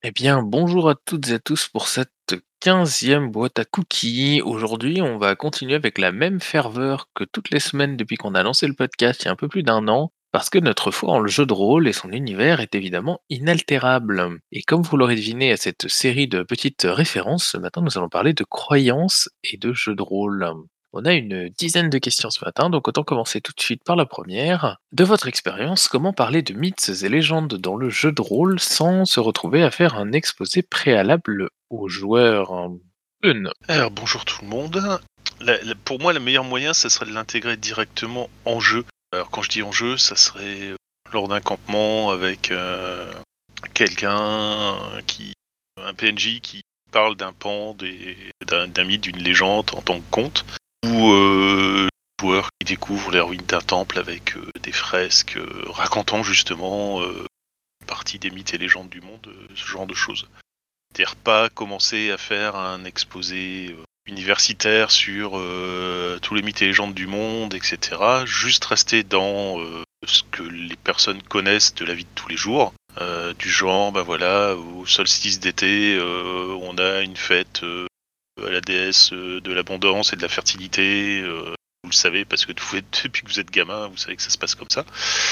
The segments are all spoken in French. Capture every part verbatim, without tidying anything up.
Eh bien, bonjour à toutes et à tous pour cette quinzième boîte à cookies. Aujourd'hui, on va continuer avec la même ferveur que toutes les semaines depuis qu'on a lancé le podcast il y a un peu plus d'un an, parce que notre foi en le jeu de rôle et son univers est évidemment inaltérable. Et comme vous l'aurez deviné à cette série de petites références, ce matin nous allons parler de croyances et de jeux de rôle. On a une dizaine de questions ce matin, donc autant commencer tout de suite par la première. De votre expérience, comment parler de mythes et légendes dans le jeu de rôle sans se retrouver à faire un exposé préalable aux joueurs? Une. Alors bonjour tout le monde. La- la- pour moi, le meilleur moyen, ça serait de l'intégrer directement en jeu. Alors quand je dis en jeu, ça serait euh, lors d'un campement avec euh, quelqu'un qui, un P N J qui parle d'un pan, des- d'un, d'un mythe, d'une légende en tant que conte, ou euh, joueur qui découvre les ruines d'un temple avec euh, des fresques euh, racontant justement euh, une partie des mythes et légendes du monde, euh, ce genre de choses. C'est-à-dire pas commencer à faire un exposé euh, universitaire sur euh, tous les mythes et légendes du monde, et cetera. Juste rester dans euh, ce que les personnes connaissent de la vie de tous les jours. Euh, du genre, bah voilà, au solstice d'été, euh, on a une fête euh, à la déesse euh, de l'abondance et de la fertilité. Euh, vous le savez parce que vous êtes- depuis que vous êtes gamin, vous savez que ça se passe comme ça.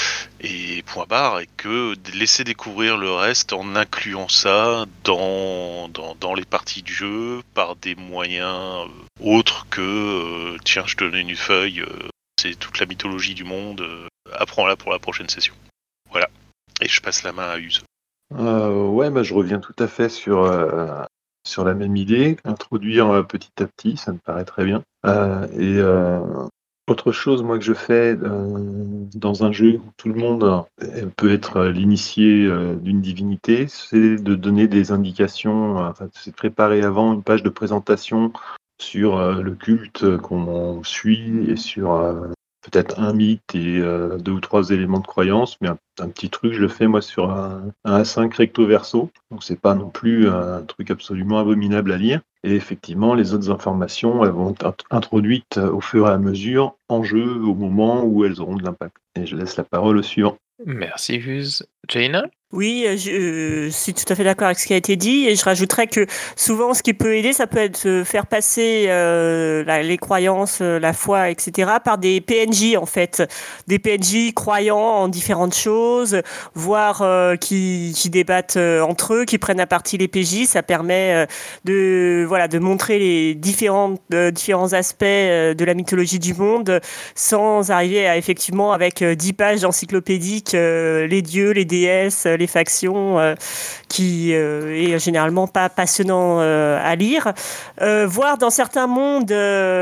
Et point barre, et que de laisser découvrir le reste en incluant ça dans, dans, dans les parties du jeu par des moyens euh, autres que euh, tiens, je te donne une feuille, euh, c'est toute la mythologie du monde, euh, apprends-la pour la prochaine session. Voilà. Et je passe la main à Use. Euh, ouais, bah, je reviens tout à fait sur, euh, sur la même idée, introduire euh, petit à petit, ça me paraît très bien. Euh, et euh, autre chose, moi, que je fais euh, dans un jeu où tout le monde euh, peut être euh, l'initié euh, d'une divinité, c'est de donner des indications, euh, enfin, c'est de préparer avant une page de présentation sur euh, le culte qu'on suit et sur euh, peut-être un mythe et euh, deux ou trois éléments de croyance, mais un, un petit truc, je le fais moi sur un, un A cinq recto verso, donc c'est pas non plus un truc absolument abominable à lire. Et effectivement, les autres informations, elles vont être introduites au fur et à mesure en jeu au moment où elles auront de l'impact. Et je laisse la parole au suivant. Merci, Huse. Jaina? Oui, euh, je euh, suis tout à fait d'accord avec ce qui a été dit et je rajouterais que souvent ce qui peut aider, ça peut être de faire passer euh, la- les croyances, euh, la foi, et cetera par des P N J en fait, des P N J croyants en différentes choses, voire euh, qui, qui débattent euh, entre eux, qui prennent à partie les P J. Ça permet euh, de voilà de montrer les différentes euh, différents aspects euh, de la mythologie du monde sans arriver à effectivement avec euh, dix pages encyclopédiques euh, les dieux, les déesses, euh, les factions, euh, qui euh, est généralement pas passionnant euh, à lire. Euh, voir dans certains mondes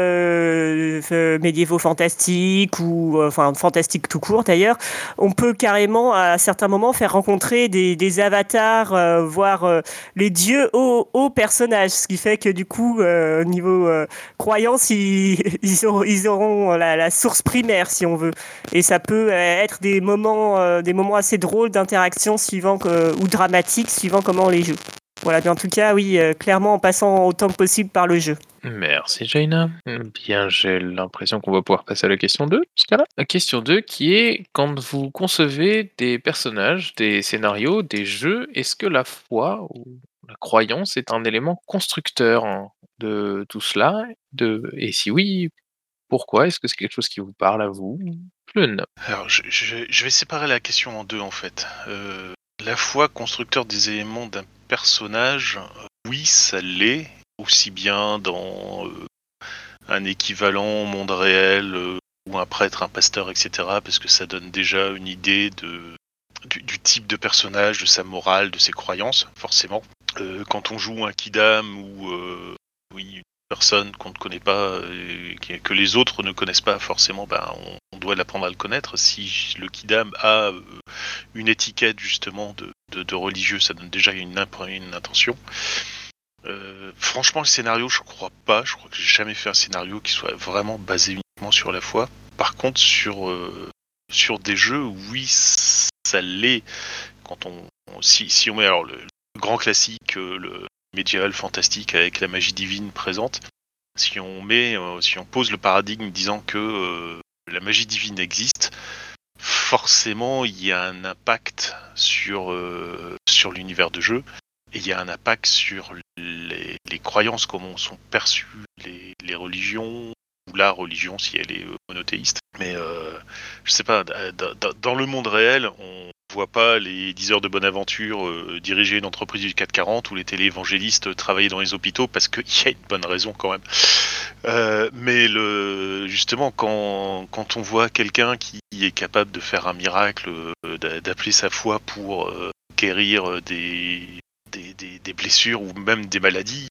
euh, euh, médiévaux fantastiques ou euh, enfin fantastiques tout court d'ailleurs, on peut carrément à certains moments faire rencontrer des, des avatars, euh, voir euh, les dieux aux, aux personnages, ce qui fait que du coup euh, au niveau euh, croyance, ils, ils auront, ils auront la, la source primaire, si on veut. Et ça peut euh, être des moments, euh, des moments assez drôles d'interaction suivant que, ou dramatiques, suivant comment on les joue. Voilà, mais en tout cas, oui, euh, clairement en passant autant que possible par le jeu. Merci, Jaina. Bien, j'ai l'impression qu'on va pouvoir passer à la question deux, dans ce cas-là. La question deux qui est, quand vous concevez des personnages, des scénarios, des jeux, est-ce que la foi ou la croyance est un élément constructeur hein, de tout cela de... Et si oui, pourquoi? Est-ce que c'est quelque chose qui vous parle à vous? Plun. Alors, je, je- je vais séparer la question en deux en fait. Euh, la foi constructeur des éléments d'un personnage, euh, oui, ça l'est, aussi bien dans euh, un équivalent monde réel euh, ou un prêtre, un pasteur, et cetera. Parce que ça donne déjà une idée de, du, du type de personnage, de sa morale, de ses croyances, forcément. Euh, quand on joue un kidam ou euh, oui, une personne qu'on ne connaît pas, euh, que les autres ne connaissent pas forcément, ben, on, on doit l'apprendre à le connaître. Si le kidam a euh, une étiquette justement de, de, de religieux, ça donne déjà une, une intention. Euh, franchement, le scénario, je crois pas. Je crois que j'ai jamais fait un scénario qui soit vraiment basé uniquement sur la foi. Par contre, sur euh, sur des jeux, oui, ça l'est. Quand on, on- si, si on met alors le, le grand classique, euh, le médiéval fantastique avec la magie divine présente. Si on met, euh, si on pose le paradigme disant que euh, la magie divine existe, forcément il y a un impact sur euh, sur l'univers de jeu. et il y a un impact sur les, les croyances, comment sont perçues les, les religions, ou la religion si elle est euh, monothéiste. Mais euh, je sais pas, dans, dans le monde réel, on voit pas les dix heures de bonne aventure euh, diriger une entreprise du CAC quarante ou les téléévangélistes travailler dans les hôpitaux parce qu'il y a une bonne raison quand même. Euh, mais le, justement, quand, quand on voit quelqu'un qui est capable de faire un miracle, euh, d'appeler sa foi pour euh, guérir des, des, des, des blessures ou même des maladies,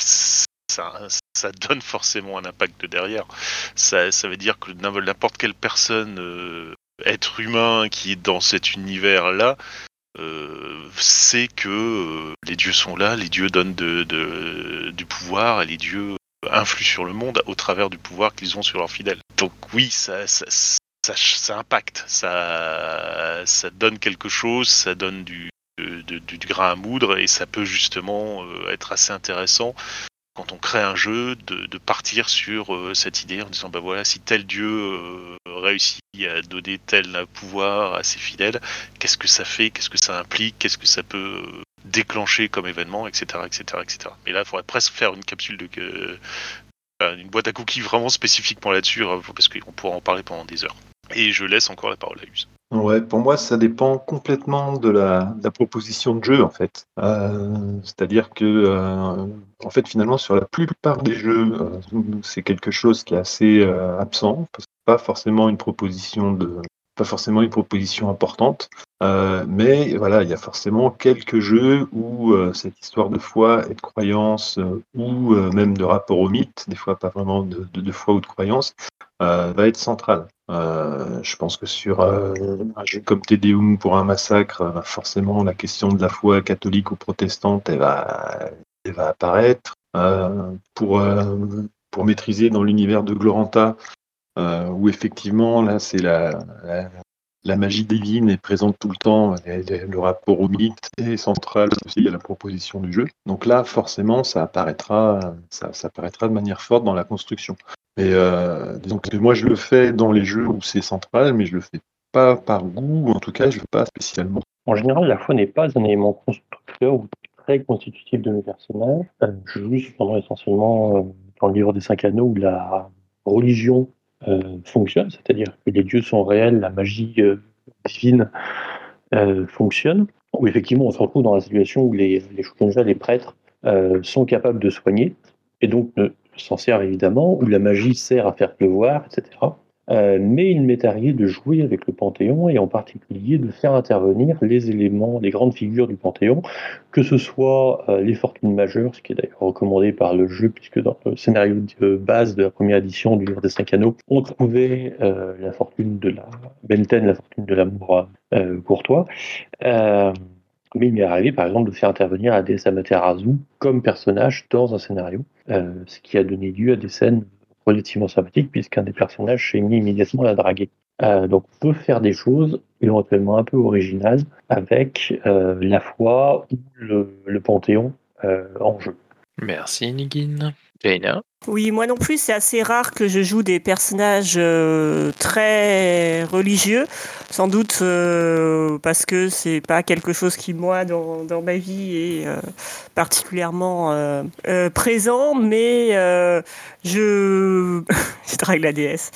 ça, ça donne forcément un impact derrière. Ça, ça veut dire que n'importe quelle personne, euh, être humain qui est dans cet univers-là, euh, sait que euh, les dieux sont là, les dieux donnent de, de, du pouvoir et les dieux influent sur le monde au travers du pouvoir qu'ils ont sur leurs fidèles. Donc oui, ça, ça, ça, ça impacte, ça, ça donne quelque chose, ça donne du, de, de, du grain à moudre et ça peut justement euh, être assez intéressant quand on crée un jeu, de, de partir sur euh, cette idée en disant bah voilà, si tel dieu euh, réussit à donner tel pouvoir à ses fidèles, qu'est-ce que ça fait, qu'est-ce que ça implique, qu'est-ce que ça peut déclencher comme événement, et cetera, et cetera, et cetera. Et là, il faudrait presque faire une capsule de euh, une boîte à cookies vraiment spécifiquement là-dessus, parce qu'on pourra en parler pendant des heures. Et je laisse encore la parole à Luz. Ouais, pour moi, ça dépend complètement de la, de la proposition de jeu, en fait. Euh, c'est-à-dire que, euh, en fait, finalement, sur la plupart des jeux, euh, c'est quelque chose qui est assez euh, absent, parce que pas forcément une proposition de, pas forcément une proposition importante. Euh, mais voilà, il y a forcément quelques jeux où euh, cette histoire de foi et de croyance, euh, ou euh, même de rapport au mythe, des fois pas vraiment de, de, de foi ou de croyance, euh, va être centrale. Euh, je pense que sur euh, un jeu comme Te Deum pour un massacre, euh, forcément la question de la foi catholique ou protestante, elle va, elle va apparaître. Euh, pour, euh, pour maîtriser dans l'univers de Gloranta, euh, où effectivement là c'est la, la, la magie divine est présente tout le temps, et, et, le rapport au mythe est central aussi à la proposition du jeu. Donc là forcément ça apparaîtra, ça, ça apparaîtra de manière forte dans la construction. Et euh, disons que moi je le fais dans les jeux où c'est central, mais je le fais pas par goût, ou en tout cas je le fais pas spécialement. En général, la foi n'est pas un élément constructeur ou très constitutif de mes personnages. Euh, je joue cependant essentiellement euh, dans le livre des cinq anneaux où la religion euh, fonctionne, c'est-à-dire que les dieux sont réels, la magie euh, divine euh, fonctionne, où effectivement on se retrouve dans la situation où les, les shoujonja, les prêtres, euh, sont capables de soigner, et donc ne s'en servent évidemment, où la magie sert à faire pleuvoir, et cetera. Euh, mais il m'est arrivé de jouer avec le Panthéon et en particulier de faire intervenir les éléments, les grandes figures du Panthéon, que ce soit euh, les fortunes majeures, ce qui est d'ailleurs recommandé par le jeu, puisque dans le scénario de base de la première édition du livre des cinq anneaux, on trouvait euh, la fortune de la Benten, la fortune de l'amour euh, courtois. Euh, mais il m'est arrivé par exemple de faire intervenir la déesse Amaterasu comme personnage dans un scénario, euh, ce qui a donné lieu à des scènes relativement sympathique, puisqu'un des personnages s'est mis immédiatement à la draguer. Euh, donc on peut faire des choses éventuellement un peu originales avec euh, la foi ou le, le Panthéon euh, en jeu. Merci Nigin. Jaina. Oui, moi non plus, c'est assez rare que je joue des personnages euh, très religieux, sans doute euh, parce que c'est pas quelque chose qui, moi, dans, dans ma vie est euh, particulièrement euh, euh, présent, mais euh, je... je drague la déesse.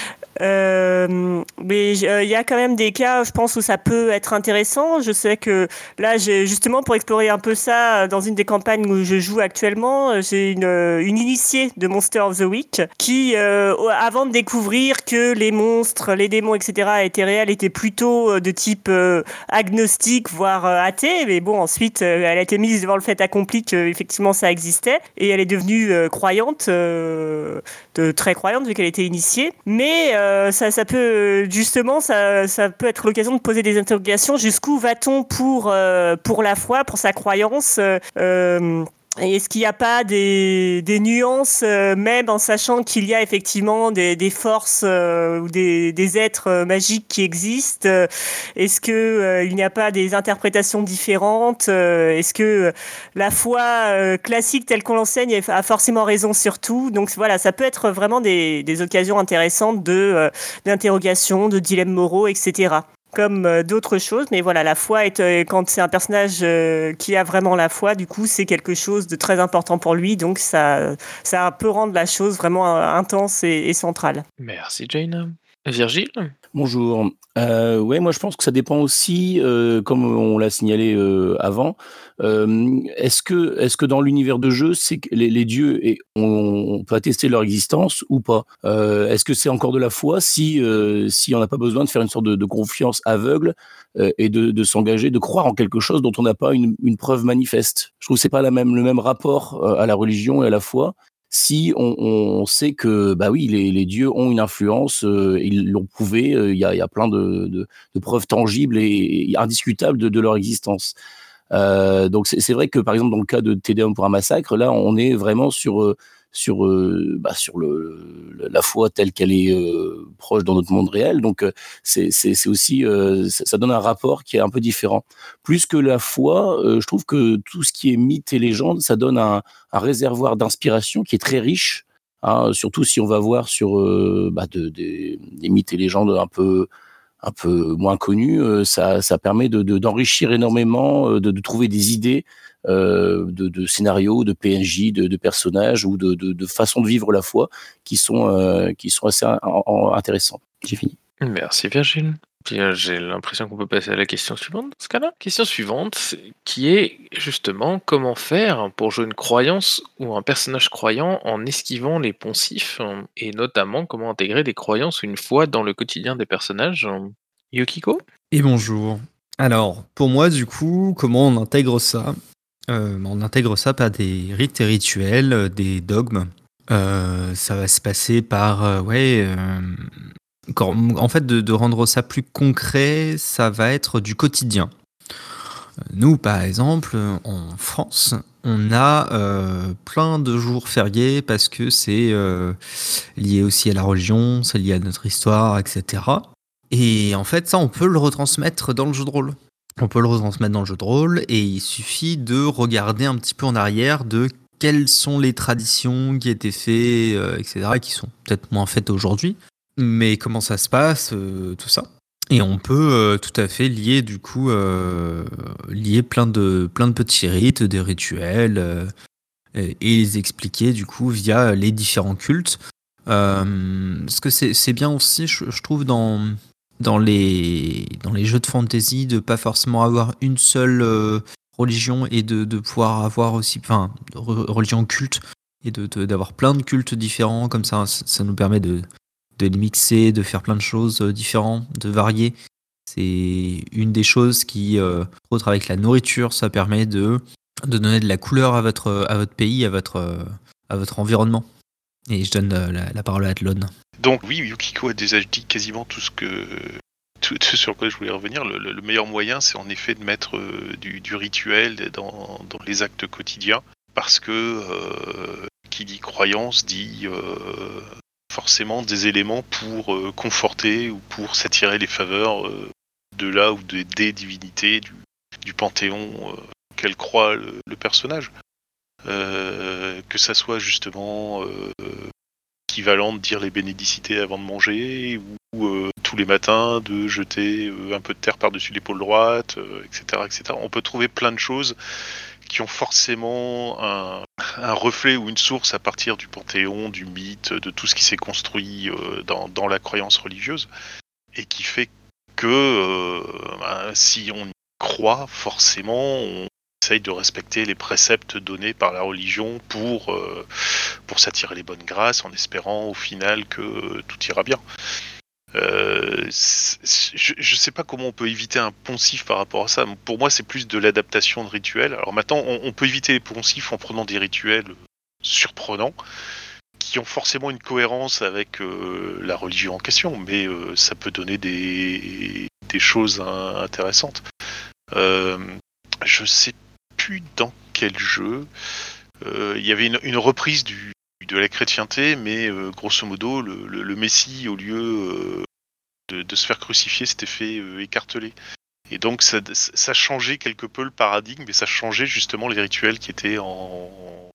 Euh, mais il euh, y a quand même des cas, je pense, où ça peut être intéressant. Je sais que là, j'ai, justement, pour explorer un peu ça, dans une des campagnes où je joue actuellement, j'ai une, une initiée de Monster of the Week qui, euh, avant de découvrir que les monstres, les démons, et cetera étaient réels, était plutôt de type euh, agnostique, voire euh, athée. Mais bon, ensuite, euh, elle a été mise devant le fait accompli qu'effectivement ça existait et elle est devenue euh, croyante, euh, de, très croyante vu qu'elle était initiée. Mais euh, Euh, ça, ça peut justement, ça, ça peut être l'occasion de poser des interrogations. Jusqu'où va-t-on pour euh, pour la foi, pour sa croyance euh, Et est-ce qu'il n'y a pas des, des nuances, euh, même en sachant qu'il y a effectivement des, des forces euh, ou des, des êtres euh, magiques qui existent euh, Est-ce qu'il euh, n'y a pas des interprétations différentes euh, Est-ce que la foi euh, classique telle qu'on l'enseigne a forcément raison sur tout Donc voilà, ça peut être vraiment des, des occasions intéressantes de, euh, d'interrogations, de dilemmes moraux, et cetera. comme euh, d'autres choses. Mais voilà, la foi, est, euh, quand c'est un personnage euh, qui a vraiment la foi, du coup, c'est quelque chose de très important pour lui. Donc, ça, ça peut rendre la chose vraiment euh, intense et, et centrale. Merci Jane. Virgile? Bonjour. Euh, ouais, moi je pense que ça dépend aussi, euh, comme on l'a signalé euh, avant. euh, est-ce que, est-ce que dans l'univers de jeu, c'est que les, les dieux, et on, on peut attester leur existence ou pas? Euh, Est-ce que c'est encore de la foi si, euh, si on n'a pas besoin de faire une sorte de, de confiance aveugle euh, et de, de s'engager, de croire en quelque chose dont on n'a pas une, une preuve manifeste? Je trouve que c'est pas la même, le même rapport euh, à la religion et à la foi. Si on, on sait que, bah oui, les, les dieux ont une influence, euh, ils l'ont prouvé, euh, il y, a, il y a plein de, de, de preuves tangibles et, et indiscutables de, de leur existence. Euh, donc c'est, c'est vrai que par exemple dans le cas de Te Deum pour un massacre, là on est vraiment sur euh, sur euh, bah, sur le, la foi telle qu'elle est euh, proche dans notre monde réel. Donc euh, c'est, c'est, c'est aussi euh, ça, ça donne un rapport qui est un peu différent. Plus que la foi, euh, je trouve que tout ce qui est mythe et légende, ça donne un, un réservoir d'inspiration qui est très riche. Hein, surtout si on va voir sur euh, bah, de, des, des mythes et légendes un peu un peu moins connu, euh, ça, ça permet de, de, d'enrichir énormément, euh, de, de trouver des idées euh, de, de scénarios, de P N J, de, de personnages ou de, de, de façons de vivre la foi qui sont, euh, qui sont assez in- in- intéressantes. J'ai fini. Merci Virgile. Puis euh, j'ai l'impression qu'on peut passer à la question suivante dans ce cas-là. Question suivante, c'est- qui est justement comment faire pour jouer une croyance ou un personnage croyant en esquivant les poncifs, hein, et notamment comment intégrer des croyances ou une foi dans le quotidien des personnages. hein. Yukiko? Et bonjour. Alors, pour moi, du coup, comment on intègre ça? Euh, On intègre ça par des rites et rituels, euh, des dogmes. Euh, ça va se passer par, euh, ouais, euh, quand- en fait, de, de rendre ça plus concret, ça va être du quotidien. Euh, Nous, par exemple, en France, on a euh, plein de jours fériés parce que c'est euh, lié aussi à la religion, c'est lié à notre histoire, et cetera. Et en fait, ça, on peut le retransmettre dans le jeu de rôle. On peut le retransmettre dans le jeu de rôle et il suffit de regarder un petit peu en arrière de quelles sont les traditions qui étaient faites, euh, et cetera, qui sont peut-être moins faites aujourd'hui. Mais comment ça se passe, euh, tout ça. Et on peut euh, tout à fait lier du coup euh, lier plein de plein de petits rites, des rituels euh, et, et les expliquer du coup via les différents cultes. Euh, parce que c'est c'est bien aussi, je, je trouve dans dans les dans les jeux de fantasy de pas forcément avoir une seule euh, religion et de, de pouvoir avoir aussi enfin re- religion culte et de de- d'avoir plein de cultes différents comme ça ça ça nous permet de de les mixer, de faire plein de choses euh, différentes, de varier. C'est une des choses qui, euh, entre autres avec la nourriture, ça permet de, de donner de la couleur à votre, à votre pays, à votre, euh, à votre environnement. Et je donne euh, la, la parole à Atlon. Donc oui, Yukiko a déjà dit quasiment tout ce que tout ce sur quoi je voulais revenir. Le, le- le meilleur moyen, c'est en effet de mettre euh, du, du rituel dans, dans les actes quotidiens, parce que euh, qui dit croyance dit euh, forcément des éléments pour euh, conforter ou pour s'attirer les faveurs euh, de là ou de, des divinités du, du panthéon euh, qu'elle croit le, le personnage. Euh, que ça soit justement euh, équivalent de dire les bénédicités avant de manger, ou euh, tous les matins de jeter euh, un peu de terre par-dessus l'épaule droite, euh, et cetera, et cetera. On peut trouver plein de choses qui ont forcément un, un reflet ou une source à partir du panthéon, du mythe, de tout ce qui s'est construit euh, dans, dans la croyance religieuse, et qui fait que euh, ben, si on y croit, forcément, on essaye de respecter les préceptes donnés par la religion pour, euh, pour s'attirer les bonnes grâces en espérant au final que euh, tout ira bien. Euh, je ne sais pas comment on peut éviter un poncif par rapport à ça. Pour moi, c'est plus de l'adaptation de rituels. Alors maintenant, on, on peut éviter les poncifs en prenant des rituels surprenants qui ont forcément une cohérence avec euh, la religion en question, mais euh, ça peut donner des, des choses hein, intéressantes. Euh, je sais plus dans quel jeu. Euh, Il y avait une, une reprise du, de la chrétienté, mais euh, grosso modo, le, le, le Messie, au lieu euh, de, de se faire crucifier, s'était fait euh, écarteler. Et donc ça, ça changeait quelque peu le paradigme, et ça changeait justement les rituels qui étaient en,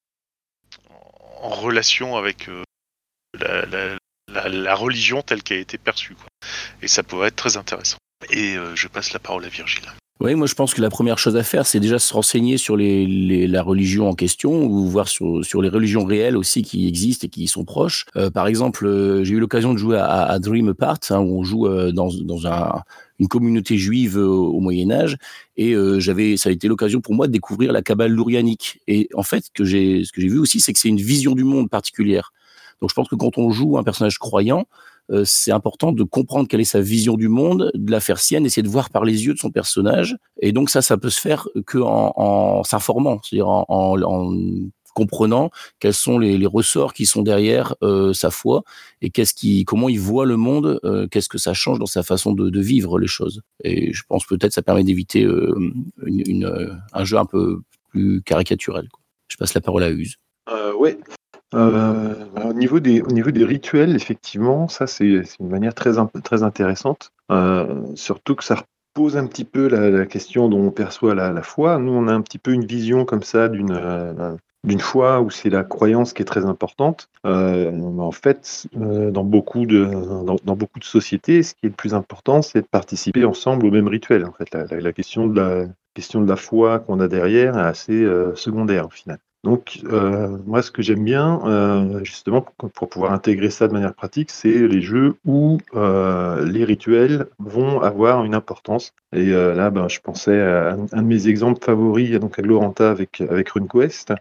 en relation avec euh, la, la, la, la religion telle qu'elle a été perçue, quoi. Et ça pourrait être très intéressant. Et euh, je passe la parole à Virgile. Oui, moi je pense que la première chose à faire, c'est déjà se renseigner sur les, les, la religion en question, ou voir sur, sur les religions réelles aussi qui existent et qui y sont proches. Euh, par exemple, euh, j'ai eu l'occasion de jouer à, à Dream Apart, hein, où on joue euh, dans, dans un, une communauté juive euh, au Moyen-Âge, et euh, j'avais, ça a été l'occasion pour moi de découvrir la Kabbale lourianique. Et en fait, que j'ai, ce que j'ai vu aussi, c'est que c'est une vision du monde particulière. Donc je pense que quand on joue un personnage croyant, Euh, c'est important de comprendre quelle est sa vision du monde, de la faire sienne, essayer de voir par les yeux de son personnage. Et donc ça, ça peut se faire que en, en s'informant, c'est-à-dire en, en, en comprenant quels sont les, les ressorts qui sont derrière euh, sa foi et qu'est-ce qui, comment il voit le monde, euh, qu'est-ce que ça change dans sa façon de, de vivre les choses. Et je pense peut-être que ça permet d'éviter euh, une, une, euh, un jeu un peu plus caricatural, quoi. Je passe la parole à Use. Euh, ouais. Euh, au niveau des, au niveau des rituels, effectivement, ça c'est, c'est une manière très, imp- très intéressante. Euh, surtout que ça pose un petit peu la, la question dont on perçoit la, la foi. Nous, on a un petit peu une vision comme ça d'une, euh, d'une foi où c'est la croyance qui est très importante. Euh, mais en fait, euh, dans beaucoup de, dans, dans beaucoup de sociétés, ce qui est le plus important, c'est de participer ensemble au même rituel. En fait, la, la, la question de la question de la foi qu'on a derrière est assez euh, secondaire au final. Donc, euh, moi, ce que j'aime bien, euh, justement, pour, pour pouvoir intégrer ça de manière pratique, c'est les jeux où euh, les rituels vont avoir une importance. Et euh, là, ben, je pensais à un, un de mes exemples favoris, donc à Gloranta avec, avec RuneQuest,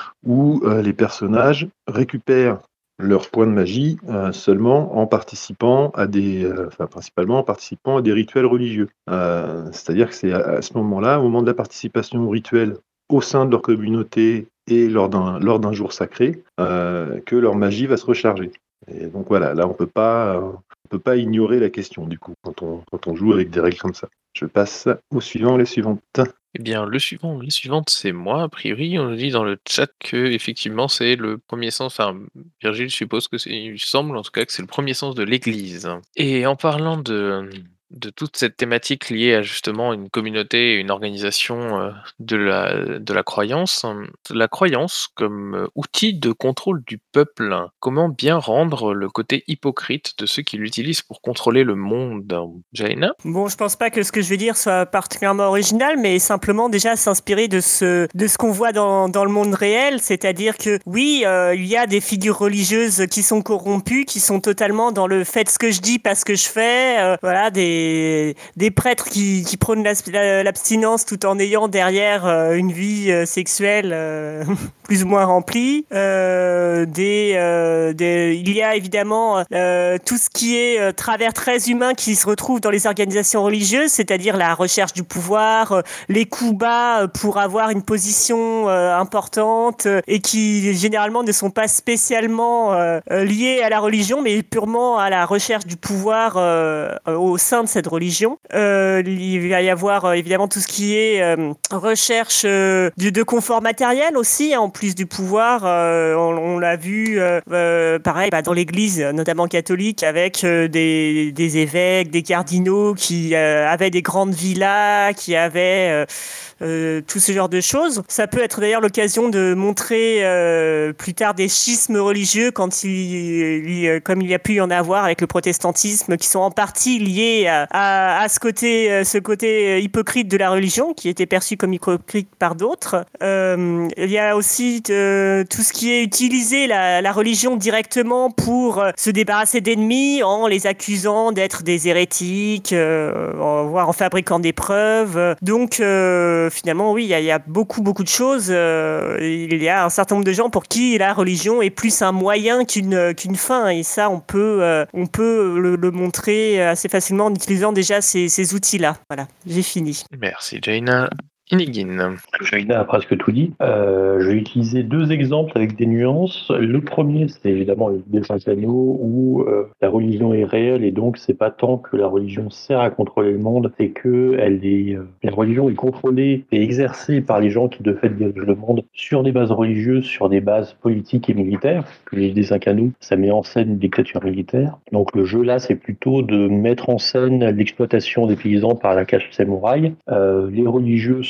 où euh, les personnages récupèrent leurs points de magie euh, seulement en participant à des, euh, enfin principalement en participant à des rituels religieux. Euh, c'est-à-dire que c'est à, à ce moment-là, au moment de la participation au rituel au sein de leur communauté et lors d'un, lors d'un jour sacré, euh, que leur magie va se recharger. Et donc voilà, là on peut pas, euh, on peut pas ignorer la question du coup quand on, quand on joue avec des règles comme ça. Je passe au suivant, les suivantes. Eh bien, le suivant, la suivante, c'est moi. A priori, on nous dit dans le chat que effectivement, c'est le premier sens. Enfin, Virgile suppose que c'est, il semble en tout cas que c'est le premier sens de l'Église. Et en parlant de de toute cette thématique liée à justement une communauté et une organisation euh, de la de la croyance, hein, la croyance comme euh, outil de contrôle du peuple. Comment bien rendre le côté hypocrite de ceux qui l'utilisent pour contrôler le monde? Jaina? Bon, je pense pas que ce que je vais dire soit particulièrement original, mais simplement déjà s'inspirer de ce de ce qu'on voit dans, dans le monde réel, c'est-à-dire que oui, euh, il y a des figures religieuses qui sont corrompues, qui sont totalement dans le faites ce que je dis, pas ce que je fais, euh, voilà, des des prêtres qui qui prônent l'as- l'abstinence tout en ayant derrière euh, une vie euh, sexuelle euh, plus ou moins remplie, euh, des, euh, des il y a évidemment euh, tout ce qui est euh, travers très humain qui se retrouve dans les organisations religieuses, c'est-à-dire la recherche du pouvoir, euh, les coups bas euh, pour avoir une position euh, importante euh, et qui généralement ne sont pas spécialement euh, euh, liés à la religion, mais purement à la recherche du pouvoir euh, au sein de cette religion. Euh, il va y avoir euh, évidemment tout ce qui est euh, recherche euh, de, de confort matériel aussi, hein, en plus du pouvoir. Euh, on, on l'a vu, euh, euh, pareil, bah, dans l'Église, notamment catholique, avec euh, des, des évêques, des cardinaux qui euh, avaient des grandes villas, qui avaient euh, euh, tout ce genre de choses. Ça peut être d'ailleurs l'occasion de montrer euh, plus tard des schismes religieux, quand il, il, comme il y a pu y en avoir avec le protestantisme, qui sont en partie liés à, à, à ce côté, ce côté hypocrite de la religion, qui était perçu comme hypocrite par d'autres. Euh, il y a aussi euh, tout ce qui est utiliser la, la religion directement pour euh, se débarrasser d'ennemis en les accusant d'être des hérétiques, euh, voire en fabriquant des preuves. Donc euh, finalement, oui, il y, a, il y a beaucoup, beaucoup de choses. Euh, il y a un certain nombre de gens pour qui la religion est plus un moyen qu'une, qu'une fin. Et ça, on peut, euh, on peut le, le montrer assez facilement en utilisant déjà ces, ces outils-là. Voilà, j'ai fini. Merci, Jaina. Inigine. Jaina a presque tout dit. Euh, je vais utiliser deux exemples avec des nuances. Le premier, c'est évidemment le des cinq anneaux où euh, la religion est réelle et donc c'est pas tant que la religion sert à contrôler le monde, c'est que elle est, euh, la religion est contrôlée et exercée par les gens qui de fait dirigent le monde sur des bases religieuses, sur des bases politiques et militaires. Le livre des cinq anneaux, ça met en scène une dictature militaire. Donc le jeu là, c'est plutôt de mettre en scène l'exploitation des paysans par la cache samouraï. Euh, les religieux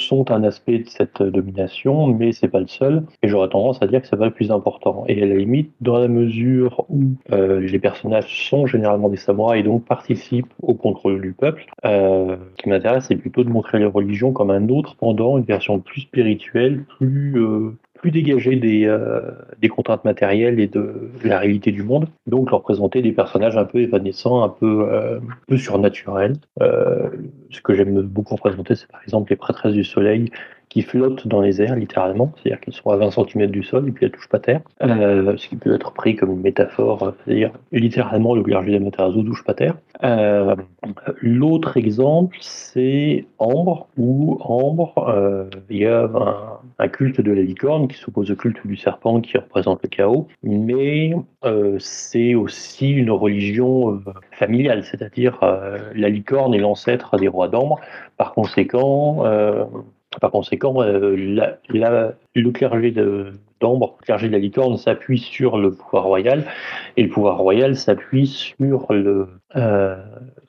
sont un aspect de cette domination, mais c'est pas le seul, et j'aurais tendance à dire que c'est pas le plus important. Et à la limite, dans la mesure où euh, les personnages sont généralement des samouraïs et donc participent au contrôle du peuple, euh, ce qui m'intéresse, c'est plutôt de montrer les religions comme un autre pendant, une version plus spirituelle, plus euh, plus dégagée des, euh, des contraintes matérielles et de la réalité du monde. Donc leur présenter des personnages un peu évanescents, un peu, euh, un peu surnaturels. Euh, ce que j'aime beaucoup représenter, c'est par exemple les prêtresses du soleil qui flottent dans les airs, littéralement. C'est-à-dire qu'elles sont à vingt centimètres du sol et puis elles touchent pas terre. Euh, ce qui peut être pris comme une métaphore, c'est-à-dire littéralement le clergé d'Amaterasu touche pas terre. Euh, L'autre exemple, c'est Ambre, où Ambre, euh, il y a un, un culte de la licorne qui s'oppose au culte du serpent qui représente le chaos, mais euh, c'est aussi une religion euh, familiale, c'est-à-dire euh, la licorne est l'ancêtre des rois d'Ambre. Par conséquent, euh, par conséquent, euh, la, la, le clergé de d'Ambre, le clergé de la licorne s'appuie sur le pouvoir royal, et le pouvoir royal s'appuie sur le, euh,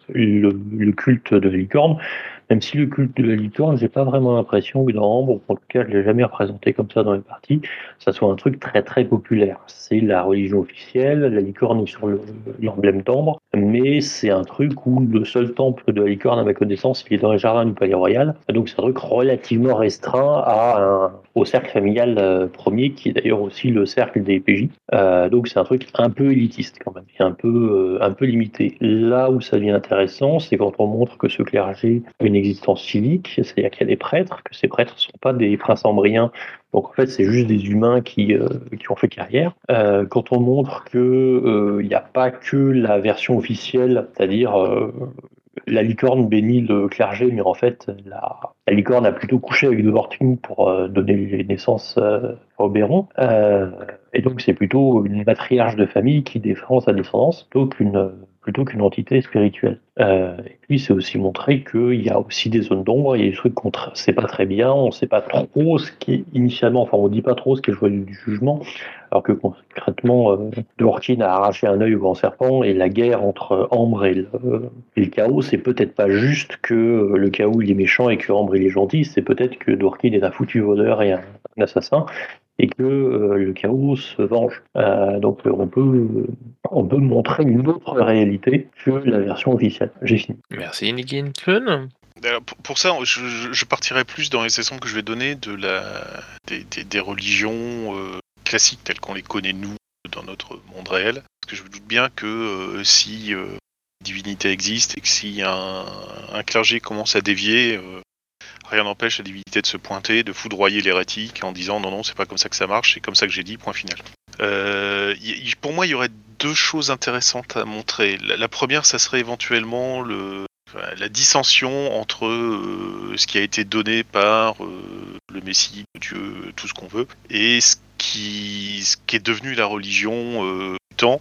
le, le culte de la licorne, même si le culte de la licorne, j'ai pas vraiment l'impression que dans Ambre, en tout cas je l'ai jamais représenté comme ça dans les parties, ça soit un truc très très populaire. C'est la religion officielle, la licorne est sur le- l'emblème d'Ambre, mais c'est un truc où le seul temple de la licorne, à ma connaissance, il est dans les jardins du Palais Royal, donc c'est un truc relativement restreint à un- au cercle familial euh, premier, qui est d'ailleurs aussi le cercle des P J. Euh, donc c'est un truc un peu élitiste quand même, et un peu, euh, un peu limité. Là où ça devient intéressant, c'est quand on montre que ce clergé a une existence civique, c'est-à-dire qu'il y a des prêtres, que ces prêtres ne sont pas des princes ambriens, donc en fait c'est juste des humains qui, euh, qui ont fait carrière. Euh, quand on montre que euh, il n'y a pas que la version officielle, c'est-à-dire euh, la licorne bénit le clergé, mais en fait la, la licorne a plutôt couché avec Dworkin pour euh, donner naissance euh, à Oberon. Euh, et donc c'est plutôt une matriarche de famille qui défend sa descendance plutôt qu'une plutôt qu'une entité spirituelle. Euh, et puis c'est aussi montrer qu'il y a aussi des zones d'ombre, il y a des trucs qu'on ne sait pas très bien, on ne sait pas trop ce qui est initialement, enfin on ne dit pas trop ce qui est le choix du jugement, alors que concrètement, euh, Dworkin a arraché un œil au grand serpent, et la guerre entre Ambre et le, et le chaos, c'est peut-être pas juste que le chaos il est méchant et que Ambre il est gentil, c'est peut-être que Dworkin est un foutu voleur et un, un assassin, et que euh, le chaos se venge. Euh, donc euh, on peut on peut montrer une autre réalité que la version officielle. J'ai fini. Merci Nigin. Kun. Alors, pour, pour ça, je, je, je partirais plus dans les exemples que je vais donner de la, des, des, des religions euh, classiques telles qu'on les connaît nous dans notre monde réel. Parce que je me doute bien que euh, si euh, une divinité existe et que si un, un clergé commence à dévier, euh, rien n'empêche la divinité de se pointer, de foudroyer l'hérétique en disant non, non, c'est pas comme ça que ça marche, c'est comme ça que j'ai dit, point final. Euh, y, pour moi, il y aurait deux choses intéressantes à montrer. La, la première, ça serait éventuellement le, la dissension entre euh, ce qui a été donné par euh, le Messie, Dieu, tout ce qu'on veut, et ce qui, ce qui est devenu la religion euh, du temps,